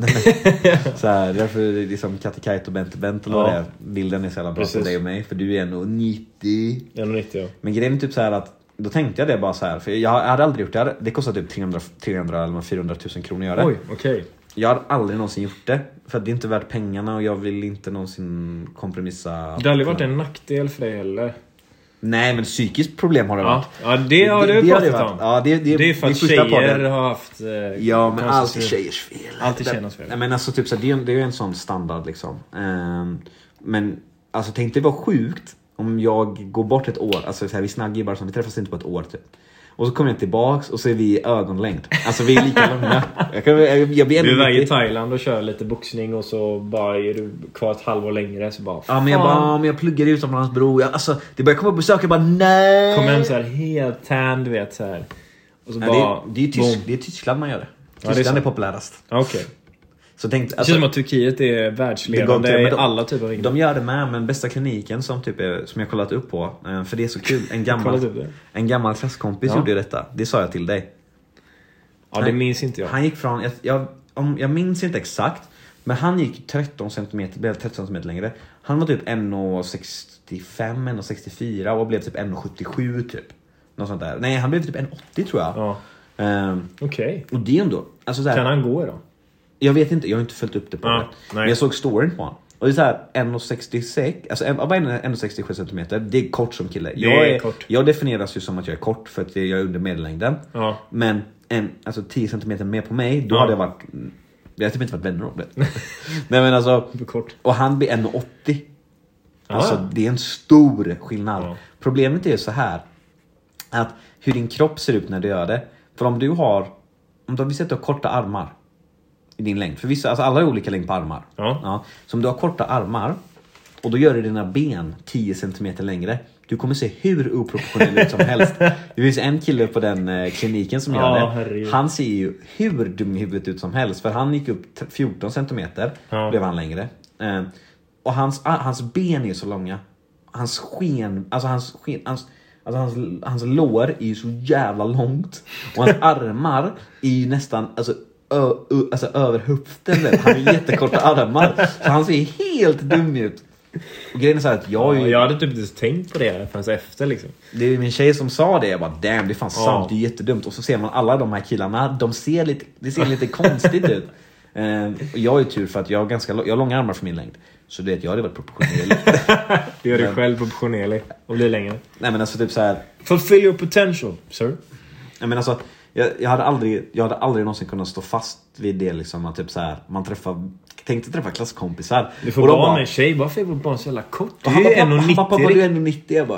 Speaker 2: Så här, därför är det liksom Katte Kite och Bente Bente eller vad det är. Bilden är så jävla bra för dig och mig. För du är ändå nittio.
Speaker 3: Jag är nittio, ja.
Speaker 2: Men grejen är typ så här att då tänkte jag det bara så här. För jag hade aldrig gjort det. Det kostar typ trehundra, trehundra eller fyrahundratusen kronor att göra det.
Speaker 3: Oj, okej. Okay.
Speaker 2: Jag hade aldrig någonsin gjort det. För det är inte värt pengarna och jag vill inte någonsin kompromissa.
Speaker 3: Det har aldrig varit en nackdel för dig heller.
Speaker 2: Nej, men psykiskt problem har det varit.
Speaker 3: Ja, ja det har det, du pratat
Speaker 2: varit.
Speaker 3: om.
Speaker 2: Ja, det, det,
Speaker 3: det är för att tjejer har haft... Eh,
Speaker 2: ja, men alltid tjejers fel.
Speaker 3: Alltid tjejernas fel.
Speaker 2: Nej, men alltså typ så det är det är en sån standard liksom. Um, men alltså tänk det var sjukt om jag går bort ett år. Alltså så här, vi snaggar ju bara som vi träffas inte på ett år typ. Och så kommer jag tillbaks och så är vi i ögonlängd. Alltså vi är lika långa. Jag, kan, jag, jag blir
Speaker 3: du är iväg i Thailand och kör lite boxning och så bara är du kvar ett halvår längre så bara...
Speaker 2: Ja, men jag bara, men jag pluggar utomlands bro. Jag, alltså, det börjar komma på besök och bara nej.
Speaker 3: Kommer hem så här helt tan, du vet så här. Och så
Speaker 2: ja,
Speaker 3: bara...
Speaker 2: Det är, det, är tysk, det är Tyskland man gör det. Tyskland ja, det är, är populärast.
Speaker 3: Okej. Okay.
Speaker 2: Så tänkt,
Speaker 3: alltså, det känns som att Turkiet är världsledande i de, alla typer av ringar.
Speaker 2: De gör det med, men bästa kliniken som, typ är, som jag kollat upp på, för det är så kul. En gammal, en gammal klasskompis ja. gjorde detta. Det sa jag till dig.
Speaker 3: Ja, det minns inte jag.
Speaker 2: Han gick från, jag, jag, om, jag minns inte exakt, men han gick tretton centimeter, blev tretton centimeter längre. Han var typ en sextiofem, en sextiofyra och blev typ en sjuttiosju typ. Något sånt där. Nej, han blev typ en åttio tror jag.
Speaker 3: Ja.
Speaker 2: Um,
Speaker 3: Okej. Okay.
Speaker 2: Och det ändå. Alltså, så här,
Speaker 3: kan han gå idag?
Speaker 2: Jag vet inte, jag har inte följt upp det på
Speaker 3: ja,
Speaker 2: det. Nej. Men jag såg storyn på honom. Och det är så här en sextiosex, alltså en sextiosju centimeter, det är kort som kille. Jag, är, är kort. Jag definieras ju som att jag är kort för att jag är under medellängden.
Speaker 3: Ja.
Speaker 2: Men en, alltså tio centimeter mer på mig, då ja. hade jag varit, jag har typ inte varit vänner om det. Nej men alltså,
Speaker 3: kort.
Speaker 2: Och han blir en åttio.
Speaker 3: Ja.
Speaker 2: Alltså det är en stor skillnad.
Speaker 3: Ja.
Speaker 2: Problemet är så här att hur din kropp ser ut när du gör det. För om du har, om du har sett korta armar i din längd. För vissa, alltså alla har olika längd på armar.
Speaker 3: Ja.
Speaker 2: Ja. Så om du har korta armar och då gör du dina ben tio centimeter längre. Du kommer se hur oproportionell ut som helst. Det finns en kille på den eh, kliniken som gör
Speaker 3: ja,
Speaker 2: det.
Speaker 3: Herregud.
Speaker 2: Han ser ju hur dum i huvudet ut som helst. För han gick upp fjorton centimeter.
Speaker 3: Ja.
Speaker 2: Blev han längre. Eh, och hans, ah, hans ben är ju så långa. Hans sken, alltså hans sken, hans, alltså hans, hans lår är ju så jävla långt. Och hans armar är ju nästan, alltså Ö, ö, alltså över höften. Han har jättekorta armar. Så han ser helt dum ut. Och grejen är så här att jag
Speaker 3: ja,
Speaker 2: ju...
Speaker 3: Jag hade typ inte tänkt på det förrän efter liksom.
Speaker 2: Det är min tjej som sa det. Jag bara, damn, det är fan ja. sant. Det är jättedumt. Och så ser man alla de här killarna. De ser lite, det ser lite konstigt ut. Uh, och jag är tur för att jag har ganska jag har långa armar för min längd. Så det är att jag hade varit proportionerlig.
Speaker 3: Du gör dig själv proportionerlig och blir längre.
Speaker 2: Nej men alltså typ så här.
Speaker 3: Fulfill your potential, sir.
Speaker 2: Nej men alltså Jag, jag, hade aldrig, jag hade aldrig någonsin kunnat stå fast vid det liksom att typ så här, man träffar, tänkte träffa klasskompisar.
Speaker 3: Du får barn med en tjej, varför är vårt barn så jävla kort? Du
Speaker 2: är
Speaker 3: en nittio.
Speaker 2: Pappa, pappa, du är en nittio. Jag bara,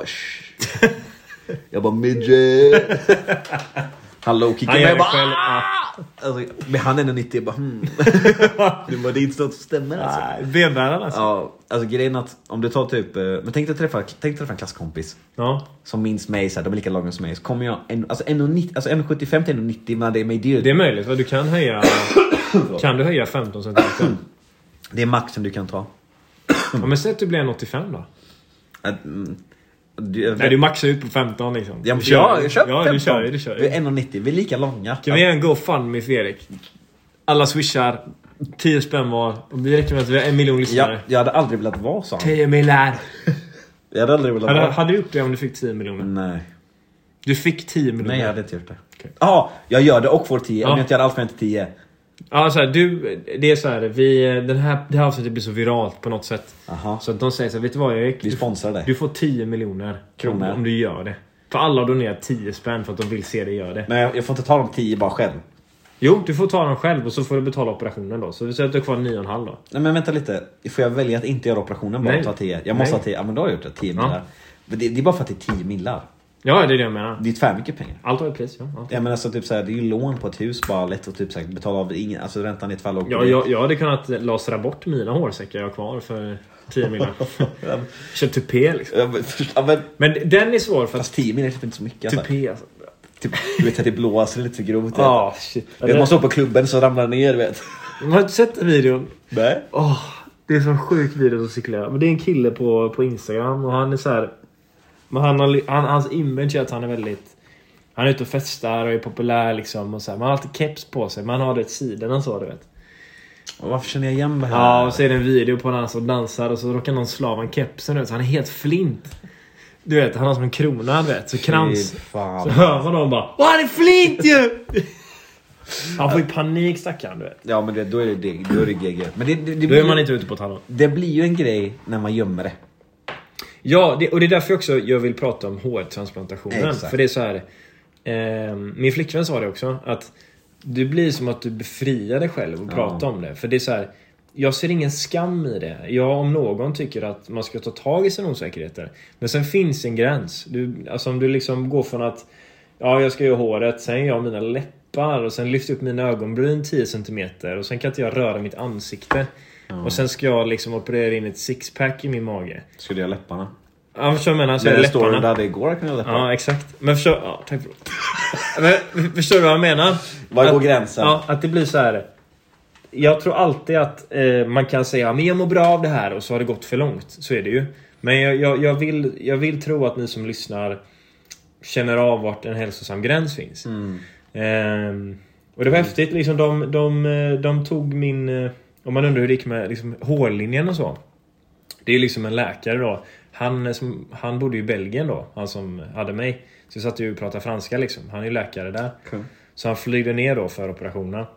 Speaker 2: jag bara, midget. Hallå, kicka mig. Jag bara, själv, alltså, men han är en nittio. Jag bara, hmm. Du bara, det är inte så att det stämmer alltså.
Speaker 3: Benbäraren alltså.
Speaker 2: Ja, alltså grejen att om du tar typ, men tänk dig träffa, tänk dig träffa en klasskompis.
Speaker 3: Ja.
Speaker 2: Som minns mig så här, de är lika långa som mig. Så kommer jag, en, alltså en nittio, alltså en sjuttiofem till en nittio, men det är mig det.
Speaker 3: Det är möjligt, för du kan höja, kan du höja femton centimeter?
Speaker 2: Det är maxen du kan ta.
Speaker 3: Ja, men säg att du blir en åttiofem då.
Speaker 2: Mm. Du,
Speaker 3: Nej, du maxar ut på femton liksom.
Speaker 2: Ja, du kör, jag kör
Speaker 3: ja,
Speaker 2: femton.
Speaker 3: Du kör, du kör.
Speaker 2: Vi är en nittio, vi är lika långa.
Speaker 3: Kan vi göra en GoFundMe för Erik? Alla swishar tio spänn var. Och det räcker med att vi har en miljon lyssnare.
Speaker 2: Ja, jag hade aldrig velat vara så.
Speaker 3: tio miljoner.
Speaker 2: Jag hade aldrig velat
Speaker 3: hade,
Speaker 2: vara.
Speaker 3: Hade du gjort det om du fick tio miljoner?
Speaker 2: Nej.
Speaker 3: Du fick tio miljoner?
Speaker 2: Nej, jag hade inte gjort det. Ja, okay. ah, jag gör det och får tio. Ja. Om jag inte gör allt för inte tio.
Speaker 3: Ja, så här, du, det är så här, vi, den här, det här avsnittet blir så viralt på något sätt.
Speaker 2: Aha.
Speaker 3: Så att de säger så här, vet du vad Erik?
Speaker 2: Vi sponsrar det.
Speaker 3: Du får tio miljoner kronor om, om du gör det. För alla har donerat tio spänn för att de vill se dig göra det.
Speaker 2: Men jag, jag får inte ta de tio bara själv.
Speaker 3: Jo, du får ta dem själv och så får du betala operationen då. Så vi säger att du är kvar nio och en halv då.
Speaker 2: Nej, men vänta lite. Får jag välja att inte göra operationen bara och ta tio? Jag måste Nej. ha tio. Ja, men då har jag gjort det. tio millar. Ja. Det, det är bara för att det är tio millar.
Speaker 3: Ja, det är det jag menar.
Speaker 2: Det är tvär mycket pengar.
Speaker 3: Allt har ett pris, ja. Allt.
Speaker 2: Ja, men alltså typ så här, det är ju lån på ett hus bara lätt att typ så här, betala av ingen, alltså räntan är ett fall lågt.
Speaker 3: Ja, jag, jag hade kunnat lasra bort mina hårsäckar jag har kvar för tio miljoner. Köpt tupé liksom.
Speaker 2: Ja, men, ja, men,
Speaker 3: men den är svår för att
Speaker 2: tio miljoner är typ inte så mycket alltså.
Speaker 3: Tupé alltså.
Speaker 2: Typ, du vet att det blåser lite för grovt.
Speaker 3: Ja, oh, shit.
Speaker 2: Vet, man står på klubben så ramlar ner, du vet.
Speaker 3: Man har inte sett den videon?
Speaker 2: Nej.
Speaker 3: Åh, oh, det är en sån sjuk video som cyklar. Men det är en kille på, på Instagram och han är så här. Men han har, han, hans image är att han är väldigt... Han är ute och festar och är populär liksom. Och så här, man har alltid keps på sig. Man har det åt sidan så, du vet.
Speaker 2: Och varför känner jag igen det här?
Speaker 3: Ja, och så är det en video på när han dansar. Och så råkar någon slava en kepsen, du vet. Så han är helt flint. Du vet, han har som en krona, du vet. Så krans.
Speaker 2: Fan.
Speaker 3: Så hör man dem bara, åh, han är flint ju! Han får ju panik, stackaren, du vet.
Speaker 2: Ja, men det, då är det, det, då är det G G. Men det, det, det
Speaker 3: Då är man inte ute på talon.
Speaker 2: Det blir ju en grej när man gömmer det.
Speaker 3: Ja, det, och det är därför också jag vill prata om hårtransplantationen.
Speaker 2: Exakt.
Speaker 3: För det är så här. Eh, min flickvän sa det också. Att det blir som att du befriar dig själv och
Speaker 2: Ja.
Speaker 3: pratar om det. För det är så här. Jag ser ingen skam i det. Jag om någon tycker att man ska ta tag i sina osäkerheter. Men sen finns en gräns. Du, alltså om du liksom går från att ja, jag ska göra håret, sen gör jag mina läppar och sen lyfter upp mina ögonbryn tio centimeter och sen kan inte jag röra mitt ansikte.
Speaker 2: Ja.
Speaker 3: Och sen ska jag liksom operera in ett sixpack i min mage.
Speaker 2: Ska du göra läpparna?
Speaker 3: Ja, förstår du vad jag menar? Så är
Speaker 2: Det
Speaker 3: det
Speaker 2: står
Speaker 3: läpparna.
Speaker 2: där det går att kunna göra läppar.
Speaker 3: Ja, exakt. Men förstår, ja, tack för det. Men förstår du vad jag menar?
Speaker 2: Var
Speaker 3: att,
Speaker 2: går gränsen?
Speaker 3: Ja, att det blir så här. Jag tror alltid att eh, man kan säga men jag mår bra av det här och så har det gått för långt. Så är det ju. Men jag, jag, jag, vill, jag vill tro att ni som lyssnar känner av vart en hälsosam gräns finns.
Speaker 2: Mm.
Speaker 3: Ehm, och det var häftigt. Liksom, de, de, de tog min... eh, Om man undrar hur det gick med liksom, hårlinjen och så. Det är liksom en läkare då. Han, som, han bodde i Belgien då. Han som hade mig. Så jag satt ju och pratade franska liksom. Han är ju läkare där.
Speaker 2: Okay.
Speaker 3: Så han flygde ner då för operationerna.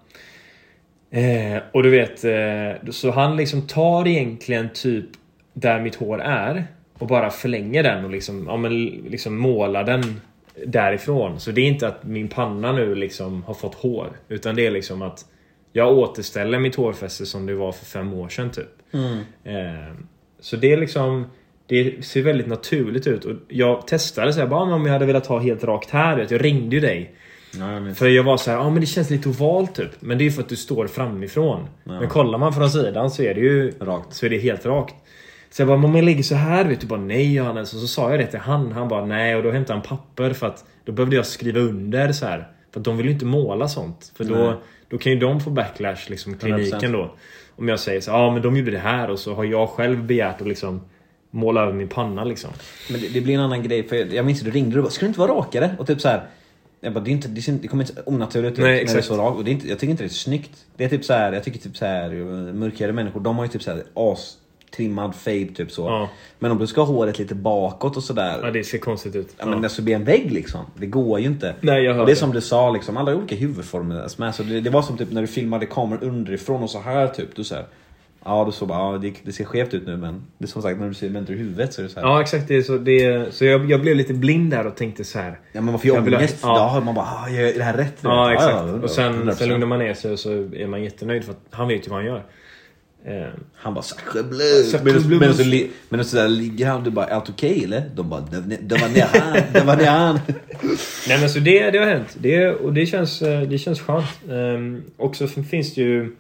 Speaker 3: Eh, och du vet... Eh, så han liksom tar egentligen typ där mitt hår är. Och bara förlänger den och liksom, ja, men, liksom målar den därifrån. Så det är inte att min panna nu liksom har fått hår. Utan det är liksom att jag återställer mitt hårfäste som det var för fem år sedan typ.
Speaker 2: Mm.
Speaker 3: Eh, så det är liksom... Det ser väldigt naturligt ut. Och jag testade så här, bara om jag hade velat ha helt rakt här. Vet, jag ringde ju dig.
Speaker 2: Ja, jag
Speaker 3: för jag var så här, ja ah, men det känns lite ovalt typ. Men det är för att du står framifrån.
Speaker 2: Ja.
Speaker 3: Men kollar man från sidan så är det ju
Speaker 2: Rakt.
Speaker 3: så är det helt rakt. Så jag bara, om jag ligger så här, vet du, bara nej Johannes. Och så sa jag det till han, han bara nej. Och då hämtade han papper för att då behövde jag skriva under så här. För att de vill ju inte måla sånt. För då, då kan ju de få backlash, liksom kliniken då. Om jag säger så, ja ah, men de gjorde det här. Och så har jag själv begärt att liksom måla över min panna liksom.
Speaker 2: Men det, det blir en annan grej. För jag, jag minns att du ringde och bara, ska du inte vara rakare? Och typ så här. Jag bara, det, är inte, det, är inte, det kommer inte onaturligt ut när det är så rak. Och det är inte, jag tycker inte det är snyggt. Det är typ så här, jag tycker typ så här mörkare människor, de har ju typ så här as trimmad fade typ så. Ja. Men om du ska ha håret lite bakåt och sådär.
Speaker 3: Ja, det ser konstigt ut.
Speaker 2: Ja, men det ska bli en vägg liksom. Det går ju inte.
Speaker 3: Nej, jag hör
Speaker 2: och det är
Speaker 3: det.
Speaker 2: som du sa liksom, alla olika huvudformer med. Så det, det var som typ när du filmade kameran underifrån och så här typ, du så här. Ja, du så bara, ja, det, det ser skevt ut nu, men det är som sagt när du ser mentor i huvudet så är det så här.
Speaker 3: Ja, exakt, det är så det så jag, jag blev lite blind där och tänkte så här.
Speaker 2: Ja, men man får ju ångest.
Speaker 3: Ja.
Speaker 2: Ja. Då man bara, ah, jag gör det här rätt.
Speaker 3: Ja, exakt.
Speaker 2: Ja, ja,
Speaker 3: och sen, sen lugnar man ner sig och så är man jättenöjd för att han vet ju vad han gör. Eh.
Speaker 2: Han bara, sacre bleu. Men så, li, men så där ligger han, du bara, är allt okej okay, eller? De bara, det var ner han, det var ner han.
Speaker 3: Nej, men så det, det har hänt. Det, och det känns, det känns skönt. Um, också finns det ju...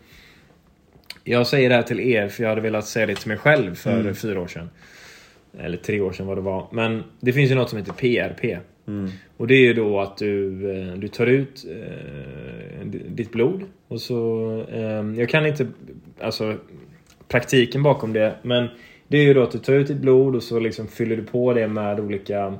Speaker 3: Jag säger det här till er för jag hade velat säga det till mig själv för mm. fyra år sedan. Eller tre år sedan vad det var. Men det finns ju något som heter P R P.
Speaker 2: Mm.
Speaker 3: Och det är ju då att du, du tar ut eh, ditt blod. Och så... Eh, jag kan inte... Alltså praktiken bakom det. Men det är ju då att du tar ut ditt blod och så liksom fyller du på det med olika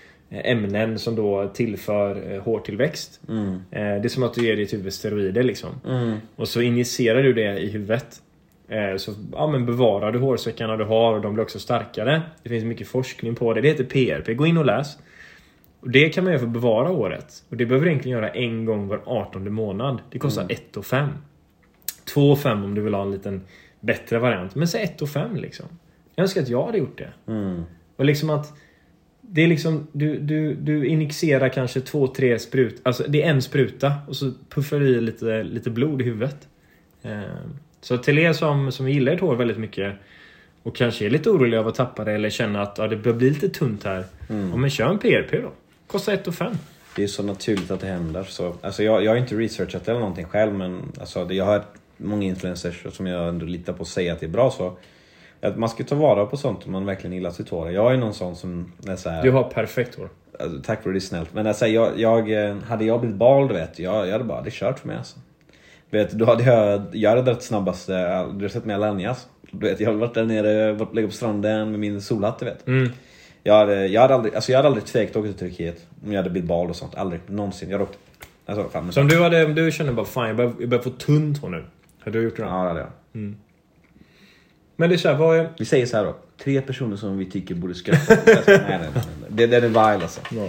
Speaker 3: ämnen som då tillför eh, hårtillväxt. Mm. Eh, det är som att du ger ditt huvud steroider liksom. Mm. Och så injicerar du det i huvudet. Eh, så ja, men bevarar du hårsäckarna du har och de blir också starkare. Det finns mycket forskning på det. Det heter P R P. Gå in och läs. Och det kan man göra för att bevara håret. Och det behöver du egentligen göra en gång var artonde månad. Det kostar mm. ett och fem. två och fem om du vill ha en liten bättre variant. Men så ett och fem liksom. Jag önskar att jag hade gjort det. Mm. Och liksom att det är liksom, du, du, du injicerar kanske två, tre sprut. Alltså det är en spruta. Och så puffar du i lite, lite blod i huvudet. Eh, så till er som, som gillar ert hår väldigt mycket. Och kanske är lite oroliga av att tappa det. Eller känna att ja, det börjar bli lite tunt här. Mm. Ja, men kör en P R P då. Kostar ett och fem. Det
Speaker 2: är så naturligt att det händer. Så, alltså jag, jag har inte researchat eller någonting själv. Men alltså, det, jag har hört många influencers som jag ändå litar på att säga att det är bra så. Att man ska ta vara på sånt om man verkligen gillar sitt hår. Jag är någon sån som är så här,
Speaker 3: du har perfekt hår.
Speaker 2: Alltså, tack för det, är snällt. Men alltså, jag, jag, hade jag blivit bald, vet jag, jag hade bara, det är kört för mig alltså. Vet, då hade jag, jag hade varit snabbaste, du har sett mig Alanya alltså. Du vet, jag hade varit där nere, varit lägga på stranden med min solhatt, vet. Mm. Jag hade, jag hade aldrig, alltså jag hade aldrig tvekat åka till Turkiet om jag hade blivit bal och sånt. Aldrig, någonsin. Jag råkade, alltså, fan,
Speaker 3: så om du, hade, om du kände bara, fan jag börjar, jag börjar få tunt hår nu. Hade du gjort det?
Speaker 2: Ja, det hade jag.
Speaker 3: Mm. Men det är så här, vad är...
Speaker 2: Vi säger så här då. Tre personer som vi tycker borde skratta. nej, nej, nej, nej. Det, det är wild alltså.
Speaker 3: Ja.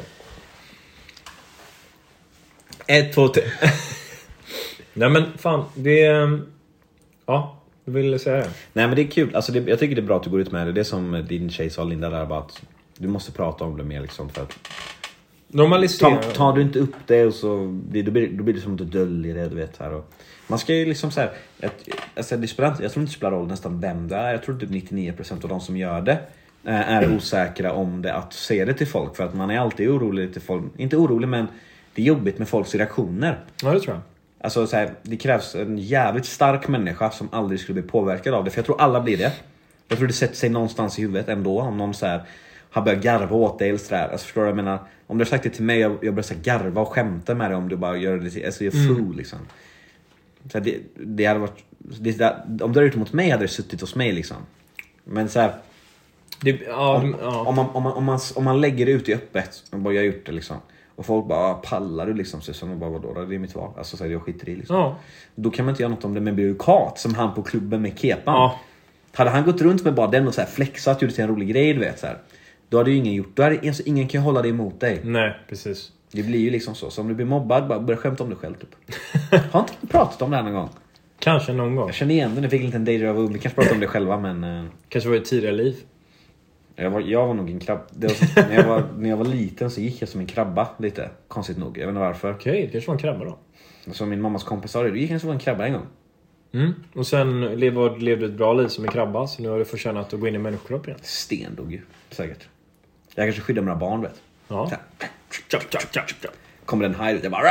Speaker 3: Ett, två, tre. Nej men fan, det är... Ja, jag ville säga det.
Speaker 2: Nej men det är kul, alltså det, jag tycker det är bra att du går ut med det. Det är som din tjej sa, Linda, där bara att du måste prata om det mer liksom för att
Speaker 3: normalisera.
Speaker 2: Ta, tar du inte upp det och så blir, då, blir, då blir det som att du döljer det, du vet här. Och man ska ju liksom så här, ett, alltså det spelar inte, jag tror inte det spelar roll nästan vem det är. Jag tror typ nittionio procent av de som gör det är osäkra om det, att säga det till folk. För att man är alltid orolig till folk, inte orolig men det är jobbigt med folks reaktioner.
Speaker 3: Ja, det tror jag.
Speaker 2: Alltså så här, det krävs en jävligt stark människa som aldrig skulle bli påverkad av det. För jag tror alla blir det. Jag tror det sätter sig någonstans i huvudet ändå. Om någon så här har börjat garva åt dig eller sådär. Alltså förstår du, jag menar, om du har sagt det till mig, jag, jag börjar så här garva och skämta med det. Om du bara gör det till, alltså jag är fool mm. liksom. Så här, det, det hade varit det, det, om du hade gjort det mot mig hade det suttit hos mig liksom. Men så här,
Speaker 3: det, ja,
Speaker 2: om,
Speaker 3: ja.
Speaker 2: om, man, om, man, om, man, om man lägger det ut i öppet och bara, jag har gjort det liksom. Och folk bara, pallar du liksom? Så som bara, vadå? Det är mitt val. Alltså så här, jag skiter i liksom.
Speaker 3: Ja.
Speaker 2: Då kan man inte göra något om det med byråkat. Som han på klubben med kepan.
Speaker 3: Ja.
Speaker 2: Hade han gått runt med bara den och så här flexat, gjort till en rolig grej, du vet så här. Då hade ju ingen gjort. Då hade, alltså, ingen kan hålla det emot dig.
Speaker 3: Nej, precis.
Speaker 2: Det blir ju liksom så. Så om du blir mobbad, bara börja skämta om dig själv typ. Har inte pratat om det här någon gång?
Speaker 3: Kanske någon gång.
Speaker 2: Jag känner igen det. Jag fick en liten danger av. Vi kanske pratar om det själva, men... Uh...
Speaker 3: Kanske var det tidigare liv.
Speaker 2: Jag var, jag var nog en krabb. Det var så, när, jag var, när jag var liten så gick jag som en krabba lite. Konstigt nog. Jag vet inte varför.
Speaker 3: Okej, okay, det kanske var en krabba då.
Speaker 2: Så min mammas kompis sa det. Du gick kanske var en krabba en gång.
Speaker 3: Mm. Och sen levde, levde ett bra liv som en krabba. Så nu har du förtjänat att gå in i människokropp igen.
Speaker 2: Sten dog ju. Säkert. Jag kanske skyddar mina barn, vet.
Speaker 3: Ja.
Speaker 2: Chop, chop, chop, chop. Kommer den här ut. Jag bara...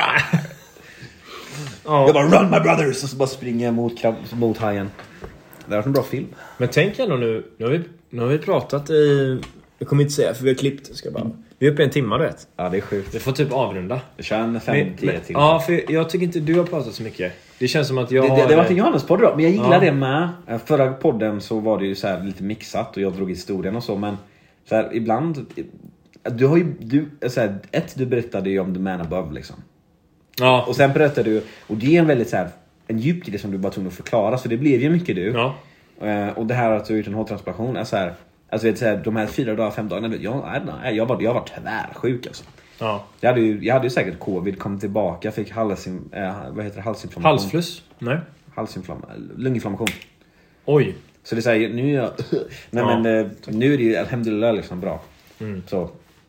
Speaker 3: Ja.
Speaker 2: Jag bara run my brothers. Och så bara springer jag mot, krabb, mot hajen. Det har varit en bra film.
Speaker 3: Men tänk ändå nu. Nu har vi, nu har vi pratat i... Jag kommer inte säga för vi har klippt. Ska bara, vi är uppe i en timme, du vet.
Speaker 2: Ja, det är sjukt.
Speaker 3: Vi får typ avrunda.
Speaker 2: Vi kör en fem tio till.
Speaker 3: Ja, för jag tycker inte du har pratat så mycket. Det känns som att jag
Speaker 2: det,
Speaker 3: har...
Speaker 2: Det, det var en Johannes podd då. Men jag gillar
Speaker 3: ja.
Speaker 2: det med. Förra podden så var det ju så här lite mixat. Och jag drog historien och så. Men så här, ibland... Du har ju... Du, så här, ett, du berättade ju om The Man Above liksom.
Speaker 3: Ja.
Speaker 2: Och sen berättade du... Och det är en väldigt så här... En djup grej som du bara tog att förklara. Så det blev ju mycket du.
Speaker 3: Ja.
Speaker 2: Och det här att du har gjort en hårtransplantation är så här... Alltså vet, så här, de här fyra dagar, fem dagarna, jag, nej, jag, var, jag var tvärsjuk alltså.
Speaker 3: Ja.
Speaker 2: Jag hade ju, jag hade ju säkert covid, kom tillbaka, fick halsin, äh, vad heter det, halsinflammation.
Speaker 3: Halsfluss? Nej.
Speaker 2: Halsinflammation, lunginflammation.
Speaker 3: Oj.
Speaker 2: Så det säger nu är jag, nej
Speaker 3: ja.
Speaker 2: men nu är det ju alhamdulillah liksom bra.
Speaker 3: Mm.
Speaker 2: Så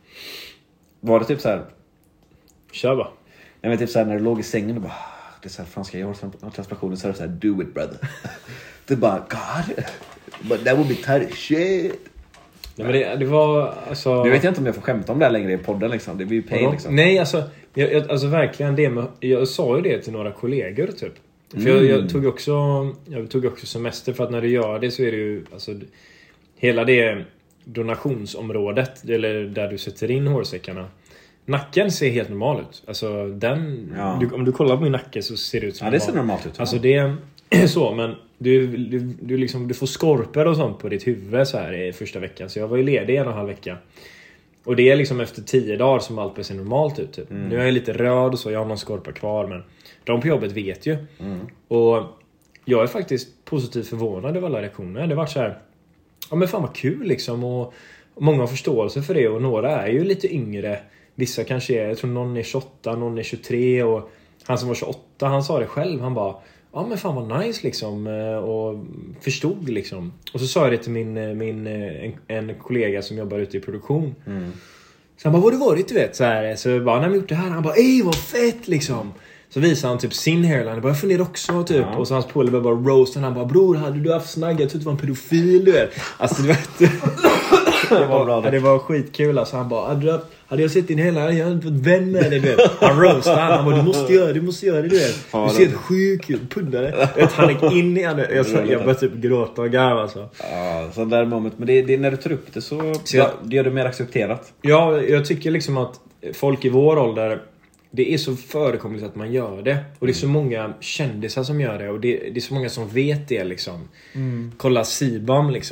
Speaker 2: var det typ så här.
Speaker 3: Kör va.
Speaker 2: Jag vet typ så här, när du låg i sängen och bara, det är så här franska jag har transplantationen, så är det så här, do it brother. Det bara, god, but that would be tight as shit.
Speaker 3: Nej, men det, det var alltså...
Speaker 2: Nu vet jag inte om jag får skämta om det här längre i podden liksom. Det blir ju pain liksom.
Speaker 3: Nej, alltså, jag, jag, alltså verkligen det med, jag sa ju det till några kollegor typ. För
Speaker 2: mm.
Speaker 3: jag, jag tog också jag tog också semester, för att när du gör det så är det ju alltså, hela det donationsområdet, eller där du sätter in hårsäckarna. Nacken ser helt normal ut. Alltså den
Speaker 2: ja.
Speaker 3: du, om du kollar på min nacke så ser det ut som
Speaker 2: ja, det ser normalt ut.
Speaker 3: Alltså det är så, men du, du, du, liksom, du får skorpor och sånt på ditt huvud så här i första veckan. Så jag var ju ledig en och en halv vecka. Och det är liksom efter tio dagar som allt ser normalt ut typ. Mm. Nu är jag lite röd och så, jag har någon skorpa kvar, men de på jobbet vet ju.
Speaker 2: Mm.
Speaker 3: Och jag är faktiskt positivt förvånad över alla reaktioner. Det var så här, ja men fan vad kul liksom. Och, och många har förståelse för det. Och några är ju lite yngre. Vissa kanske är, jag tror någon är tjugoåtta, någon är tjugotre. Och han som var tjugoåtta, han sa det själv. Han bara, ja men fan vad nice liksom. Och förstod liksom. Och så sa jag det till min, min en, en kollega som jobbar ute i produktion.
Speaker 2: Mm.
Speaker 3: Så han bara, vad har du varit du vet? Så, här, så bara, när vi gjort det här. Han bara, ej vad fett liksom. Så visade han typ sin hairline. Jag bara, jag funderar också typ. Ja. Och så hans polare bara roast. Han bara, bror hade du haft snagg? Jag trodde du var en pedofil du vet. Alltså du vet. det, var, bra, det. det var skitkul alltså. Han bara, hade, du haft, hade jag sett din hairline? Jag hade inte fått vän med dig du vet. Han roastade. Han bara, du måste göra det, du måste göra det du vet. Du ser helt sjuk ut, puddare. Han gick in i henne. Jag, jag, jag började typ gråta och garva alltså.
Speaker 2: Ja, så där moment. Men det, det, när du tar upp det så, så jag, det gör det mer accepterat.
Speaker 3: Ja, jag tycker liksom att folk i vår ålder, det är så förekommligt att man gör det. Och det är så många kändisar som gör det. Och det, det är så många som vet det liksom. Mm. Kolla Sibam liksom.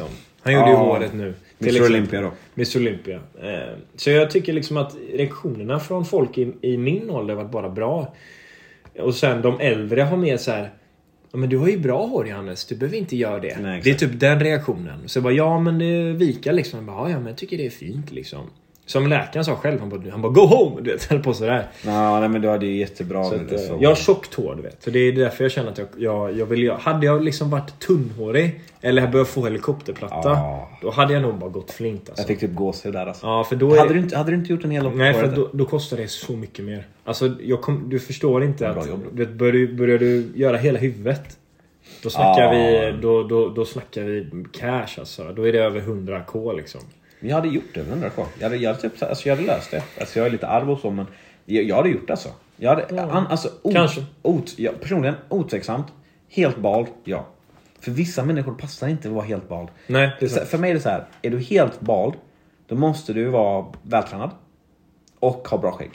Speaker 3: Han gjorde ju håret nu.
Speaker 2: mister Olympia då.
Speaker 3: mister Olympia. Eh, så jag tycker liksom att reaktionerna från folk i, i min ålder har varit bara bra. Och sen de äldre har mer så här: ja, men du har ju bra hår, Johannes. Du behöver inte göra det.
Speaker 2: Nej,
Speaker 3: det är typ den reaktionen. Så jag bara, ja men det vikar liksom. Jag bara, ja men jag tycker det är fint liksom. Som läkaren sa själv, han bara, han bara go home, du vet, på sådär.
Speaker 2: Ja, nej men du hade ju jättebra.
Speaker 3: Så att,
Speaker 2: det, så.
Speaker 3: Jag har tjockt hår, du vet. Så det är därför jag känner att jag, jag, jag vill göra. Hade jag liksom varit tunnhårig eller jag börjat få helikopterplatta,
Speaker 2: ja.
Speaker 3: då hade jag nog bara gått flint alltså.
Speaker 2: Jag fick typ gåshud där alltså.
Speaker 3: Ja, för då är...
Speaker 2: hade, du inte, hade du inte gjort en hel
Speaker 3: Nej, för då, då kostar det så mycket mer. Alltså, jag kom, du förstår inte att du, börjar, du, börjar du göra hela huvudet, då snackar, ah. vi, då, då, då snackar vi cash alltså. Då är det över hundra k liksom.
Speaker 2: Jag hade gjort det över hundra k. Jag hade, jag, hade typ, alltså, jag hade löst det. Alltså, jag är lite arv och så, men jag, jag hade gjort det alltså. Jag hade,
Speaker 3: ja.
Speaker 2: an, alltså ot,
Speaker 3: Kanske.
Speaker 2: Ot, jag, personligen otveksamt. Helt bald, ja. För vissa människor passar inte att vara helt bald.
Speaker 3: Nej, det är
Speaker 2: så, för mig är det så här: är du helt bald, då måste du vara vältränad och ha bra skägg.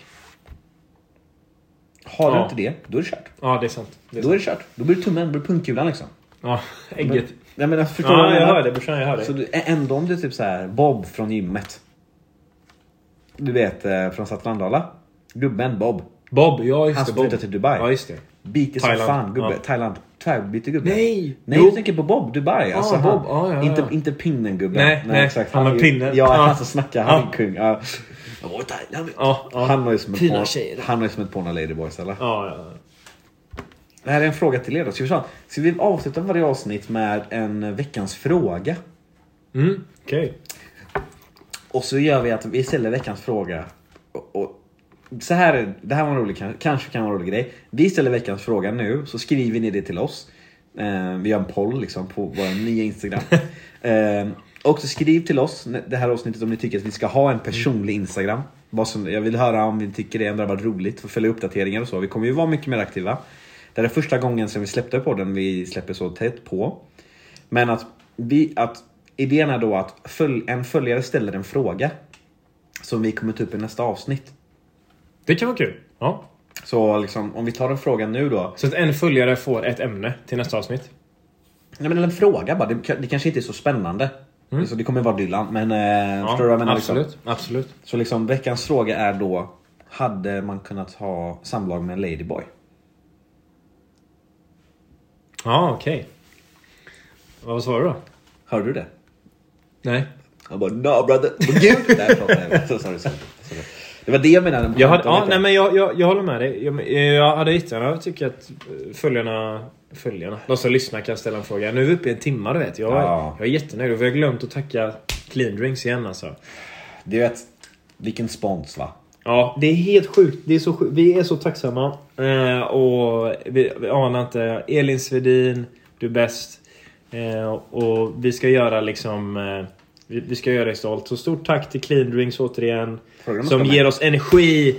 Speaker 2: Har
Speaker 3: ja.
Speaker 2: du inte det, då är det kört.
Speaker 3: Ja, det är sant. Det är
Speaker 2: då
Speaker 3: sant.
Speaker 2: är det kört. Då blir det tummen, då blir det punkkulan liksom.
Speaker 3: Ja, ägget.
Speaker 2: Men, men jag förstår
Speaker 3: ja,
Speaker 2: vad
Speaker 3: jag
Speaker 2: jag
Speaker 3: hör det, brorsan, jag hör det.
Speaker 2: Så du, ändå om du är typ så här Bob från gymmet. Du vet, från Satrandala. Gubben Bob.
Speaker 3: Bob, ja just
Speaker 2: Han
Speaker 3: det.
Speaker 2: Han flyttade till Dubai.
Speaker 3: Ja, just det.
Speaker 2: Biker som fan, gubbe. Ja. Thailand. Tvärbyter gubbe.
Speaker 3: Nej!
Speaker 2: Nej, jag tänker på Bob, Dubai. Alltså,
Speaker 3: ah,
Speaker 2: han,
Speaker 3: Bob. Ah, ja, ja.
Speaker 2: Inte, inte pinnen, gubbe.
Speaker 3: Nej, nej,
Speaker 2: exakt.
Speaker 3: Han med pinnen.
Speaker 2: Ja,
Speaker 3: ah.
Speaker 2: han som snackar. Han är kung. Ja. Oh, Thailand.
Speaker 3: Ah, ah.
Speaker 2: Han var ju som
Speaker 3: Fina
Speaker 2: ett
Speaker 3: tjejer.
Speaker 2: Han var ju som ett porno ladyboys, eller?
Speaker 3: Ja, ja.
Speaker 2: Det här är en fråga till er då. Ska vi, ska vi avsluta varje avsnitt med en veckans fråga?
Speaker 3: Mm, okej. Okay.
Speaker 2: Och så gör vi att vi ställer veckans fråga. Och, och, så här, det här var en rolig, kanske kan vara en rolig grej. Vi ställer veckans fråga nu, så skriver ni det till oss. Eh, vi gör en poll liksom på vår nya Instagram. eh, och så skriv till oss det här avsnittet om ni tycker att vi ska ha en personlig Instagram. Vad som, jag vill höra om vi tycker det ändå var roligt för att följa uppdateringar och så. Vi kommer ju vara mycket mer aktiva. Det är första gången som vi släppte på den vi släpper så tätt på. Men att, vi, att idén är då att följ, en följare ställer en fråga som vi kommer ta upp i nästa avsnitt.
Speaker 3: Det kan vara kul. Ja.
Speaker 2: Så liksom, om vi tar en fråga nu då.
Speaker 3: Så att en följare får ett ämne till nästa avsnitt.
Speaker 2: Nej, men en fråga bara. Det, det kanske inte är så spännande. Mm. Så det kommer vara Dylan. Men eh,
Speaker 3: ja,
Speaker 2: förstår du vad jag menar?
Speaker 3: Absolut,
Speaker 2: liksom?
Speaker 3: absolut.
Speaker 2: Så liksom veckans fråga är då: hade man kunnat ha samlag med en ladyboy?
Speaker 3: Ja, okej. Okay. Vad svarar du då?
Speaker 2: Hörde du det?
Speaker 3: Nej.
Speaker 2: Jag bara, no brother. Gud! Nej, förlåt. Så sorry, sorry. Det var det jag menade.
Speaker 3: Jag hade, ja, nej, men jag, jag, jag håller med dig. Jag, jag hade gärna tycker att följarna, följarna, de som lyssnar kan ställa en fråga. Nu är vi uppe i en timme, du vet. Jag, ja. jag är jättenöjd. Och vi har glömt att tacka Clean Drinks igen alltså.
Speaker 2: Du vet, vilken spons va?
Speaker 3: Ja, det är helt sjukt. Det är så sjukt. Vi är så tacksamma. Eh, och vi, vi anar inte. Elin Svedin, du är bäst. Eh, och vi ska göra liksom... Eh, vi, vi ska göra det stolt. Så stort tack till Clean Drinks återigen. Som ger oss energi.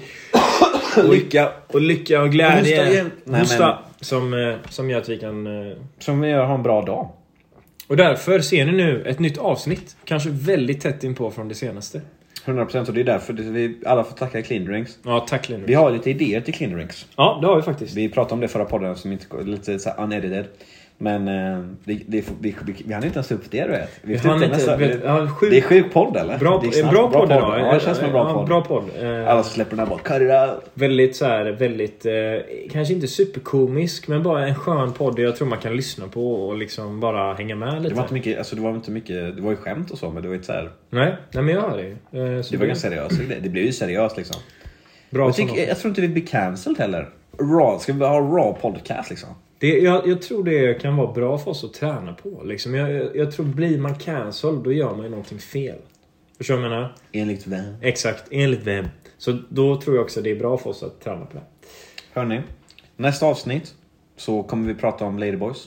Speaker 3: och lycka. Och lycka och glädje. Nej, men... som, eh, som gör att vi kan... Eh...
Speaker 2: Som gör ha en bra dag.
Speaker 3: Och därför ser ni nu ett nytt avsnitt. Kanske väldigt tätt in på från det senaste.
Speaker 2: hundra procent, och det är därför vi alla får tacka Clean Drinks.
Speaker 3: Ja, tack Clean Drinks.
Speaker 2: Vi har lite idéer till Clean Drinks.
Speaker 3: Ja, det har vi faktiskt.
Speaker 2: Vi pratade om det förra podden som inte lite så unedited. Men eh, det, det, vi, vi, vi hann inte ens upp det, du vet. Vi
Speaker 3: vi inte,
Speaker 2: nästa,
Speaker 3: vet, ja, sjuk,
Speaker 2: det är sjuk podd, eller?
Speaker 3: Bra,
Speaker 2: det är
Speaker 3: en bra, bra podd idag.
Speaker 2: Ja, det känns som en bra
Speaker 3: ja,
Speaker 2: podd.
Speaker 3: Bra podd.
Speaker 2: Alla släpper den här bara, cut it out.
Speaker 3: Väldigt så här, väldigt, eh, kanske inte superkomisk, men bara en skön podd jag tror man kan lyssna på och liksom bara hänga med lite.
Speaker 2: Det var inte mycket, alltså det var inte mycket, det var ju skämt och så, men det var inte så här.
Speaker 3: Nej, nej men jag hör det. Eh,
Speaker 2: så det var ganska seriöst. Det blev ju seriöst liksom.
Speaker 3: Bra.
Speaker 2: Jag, tycker, jag tror inte vi blir cancelled heller. Raw, ska vi ha raw podcast liksom?
Speaker 3: Det, jag, jag tror det kan vara bra för oss att träna på. Liksom. Jag, jag, jag tror blir man cancelled, då gör man ju någonting fel. Förstår du vad jag menar?
Speaker 2: Enligt vem?
Speaker 3: Exakt, enligt vem. Så då tror jag också det är bra för oss att träna på det.
Speaker 2: Hörrni, nästa avsnitt så kommer vi prata om ladyboys.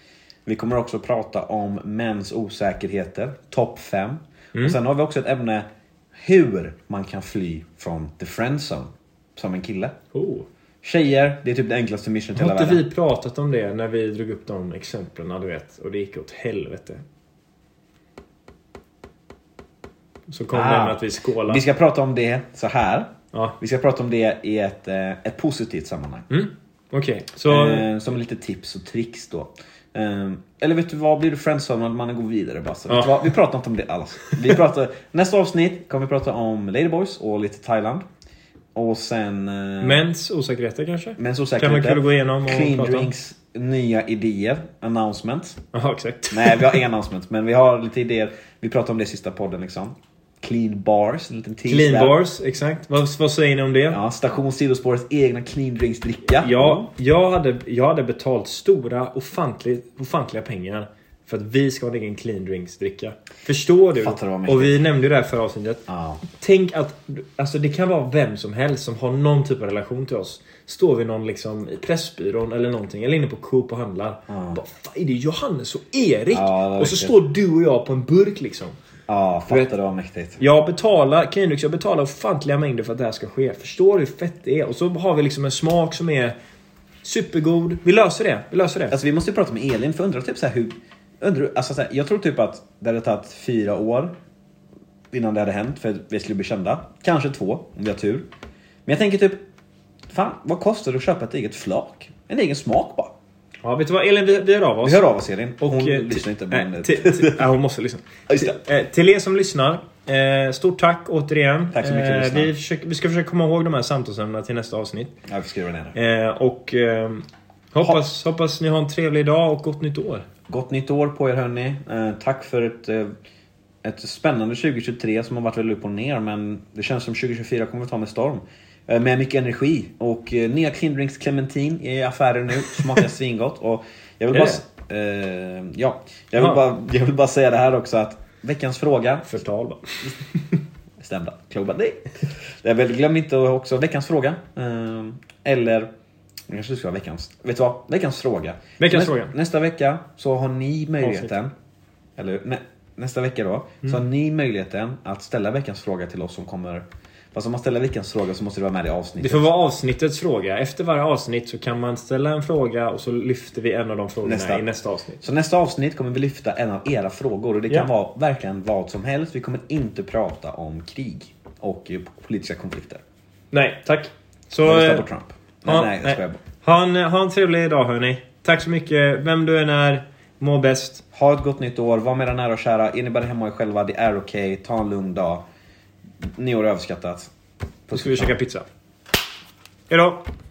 Speaker 2: Vi kommer också prata om mäns osäkerheter, topp fem. Mm. Och sen har vi också ett ämne hur man kan fly från the friend zone som en kille.
Speaker 3: Oh.
Speaker 2: Tjejer, det är typ det enklaste mission till hela
Speaker 3: världen.
Speaker 2: världen.
Speaker 3: Har inte vi pratat om det när vi drog upp de exemplen, du vet, och det gick åt helvete. Så kom ah. det med att vi skålar.
Speaker 2: Vi ska prata om det så här.
Speaker 3: Ja.
Speaker 2: Vi ska prata om det i ett, ett positivt sammanhang.
Speaker 3: Mm. Okej. Okay. Så...
Speaker 2: Eh, som lite tips och tricks då. Um, eller vet du vad, blir du friendzonad när man går vidare bara. Så
Speaker 3: Ja.
Speaker 2: vet du vad? Vi pratar inte om det alls. Vi pratar, nästa avsnitt kommer vi prata om Ladyboys och lite Thailand. Och sen uh,
Speaker 3: Mäns osäkerheter kanske?
Speaker 2: Mäns
Speaker 3: Kan
Speaker 2: osäkerheter.
Speaker 3: man kul att gå igenom och
Speaker 2: Clean
Speaker 3: prata om?
Speaker 2: Drinks nya idéer, announcement.
Speaker 3: Ja, exakt.
Speaker 2: Nej, vi har inga announcement, men vi har lite idéer. Vi pratar om det i sista podden liksom. Clean Bars, en liten tease
Speaker 3: Clean
Speaker 2: där.
Speaker 3: bars, exakt. Vad, vad säger ni om det?
Speaker 2: Ja, station Sidospårets egna Clean Drinks dricka.
Speaker 3: Ja, jag hade, jag hade betalt stora ofantliga, ofantliga pengar för att vi ska ha en egen clean drinks dricka. Förstår du?
Speaker 2: Fattar du vad mäktigt?
Speaker 3: Och vi nämnde ju det här förra avsnittet.
Speaker 2: Ja.
Speaker 3: Tänk att alltså det kan vara vem som helst som har någon typ av relation till oss. Står vi någon liksom i Pressbyrån eller någonting, eller inne på Coop och handlar.
Speaker 2: Ja.
Speaker 3: Bara, fan, är det Johannes och Erik?
Speaker 2: Ja, det var
Speaker 3: och så
Speaker 2: riktigt.
Speaker 3: står du och jag på en burk liksom.
Speaker 2: Ja, fattar det var mäktigt.
Speaker 3: Jag betalar, Kleenex, jag betalar ofantliga mängder för att det här ska ske. Förstår du hur fett det är? Och så har vi liksom en smak som är supergod. Vi löser det, vi löser det.
Speaker 2: Alltså vi måste ju prata med Elin, för undrar typ så här hur undrar, alltså så här, jag tror typ att det hade tagit fyra år innan det hade hänt för att vi skulle bli kända. Kanske två, om vi har tur. Men jag tänker typ, fan, vad kostar det att köpa ett eget flak? En egen smak bara.
Speaker 3: Ja, vet du vad Elin, vi, vi hör av oss.
Speaker 2: Vi hör av oss, Elin.
Speaker 3: Och,
Speaker 2: Hon
Speaker 3: eh,
Speaker 2: lyssnar inte.
Speaker 3: nej,
Speaker 2: Men...
Speaker 3: till- till- ja, hon måste lyssna.
Speaker 2: Ja, just det.
Speaker 3: Eh, Till er som lyssnar, eh, stort tack återigen.
Speaker 2: Tack så mycket för att
Speaker 3: Eh,
Speaker 2: lyssna.
Speaker 3: vi, försöker, vi ska försöka komma ihåg de här samtalsämnena till nästa avsnitt.
Speaker 2: Ja, vi skriver ner det.
Speaker 3: Eh, och eh, hoppas, hoppas ni har en trevlig dag och gott nytt år.
Speaker 2: Gott nytt år på er, hörni. Eh, tack för ett, eh, ett spännande tjugo tjugotre som har varit väldigt upp och ner. Men det känns som tjugo tjugofyra kommer att ta med storm. Eh, med mycket energi. Och eh, nya Clean Drinks Clementin är i affären nu. Smakar svingott. Och jag vill
Speaker 3: Är
Speaker 2: bara... Eh, ja, jag vill,
Speaker 3: Ja.
Speaker 2: bara, jag vill bara säga det här också att veckans fråga...
Speaker 3: Förtal va?
Speaker 2: Stämda. Klubba dig. Jag vill glöm inte också veckans fråga. Eh, eller... Jag kanske ska ha veckans... Vet du vad? Veckans fråga.
Speaker 3: Veckans
Speaker 2: Nästa,
Speaker 3: fråga.
Speaker 2: nästa vecka så har ni möjligheten... Eller nä, nästa vecka då.
Speaker 3: Mm.
Speaker 2: Så har ni möjligheten att ställa veckans fråga till oss som kommer... Fast om man ställer veckans fråga så måste det vara med i
Speaker 3: Det
Speaker 2: avsnittet.
Speaker 3: får vara avsnittets fråga. Efter varje avsnitt så kan man ställa en fråga och så lyfter vi en av de frågorna
Speaker 2: Nästa.
Speaker 3: i nästa avsnitt.
Speaker 2: Så nästa avsnitt kommer vi lyfta en av era frågor. Och det kan
Speaker 3: Ja.
Speaker 2: vara verkligen vad som helst. Vi kommer inte prata om krig och eh, politiska konflikter.
Speaker 3: Nej, tack. Så,
Speaker 2: Jag röstar
Speaker 3: eh,
Speaker 2: på Trump. Nej,
Speaker 3: ja,
Speaker 2: nej, jag
Speaker 3: nej.
Speaker 2: skojar bara.
Speaker 3: Ha en, ha en trevlig dag hörni. Tack så mycket. Vem du än är, må bäst.
Speaker 2: Ha ett gott nytt år. Var med era nära och kära. Är ni bara hemma och er själva, det är okej. Okay. Ta en lugn dag. Nyår är överskattat.
Speaker 3: Då ska vi käka pizza. Hejdå.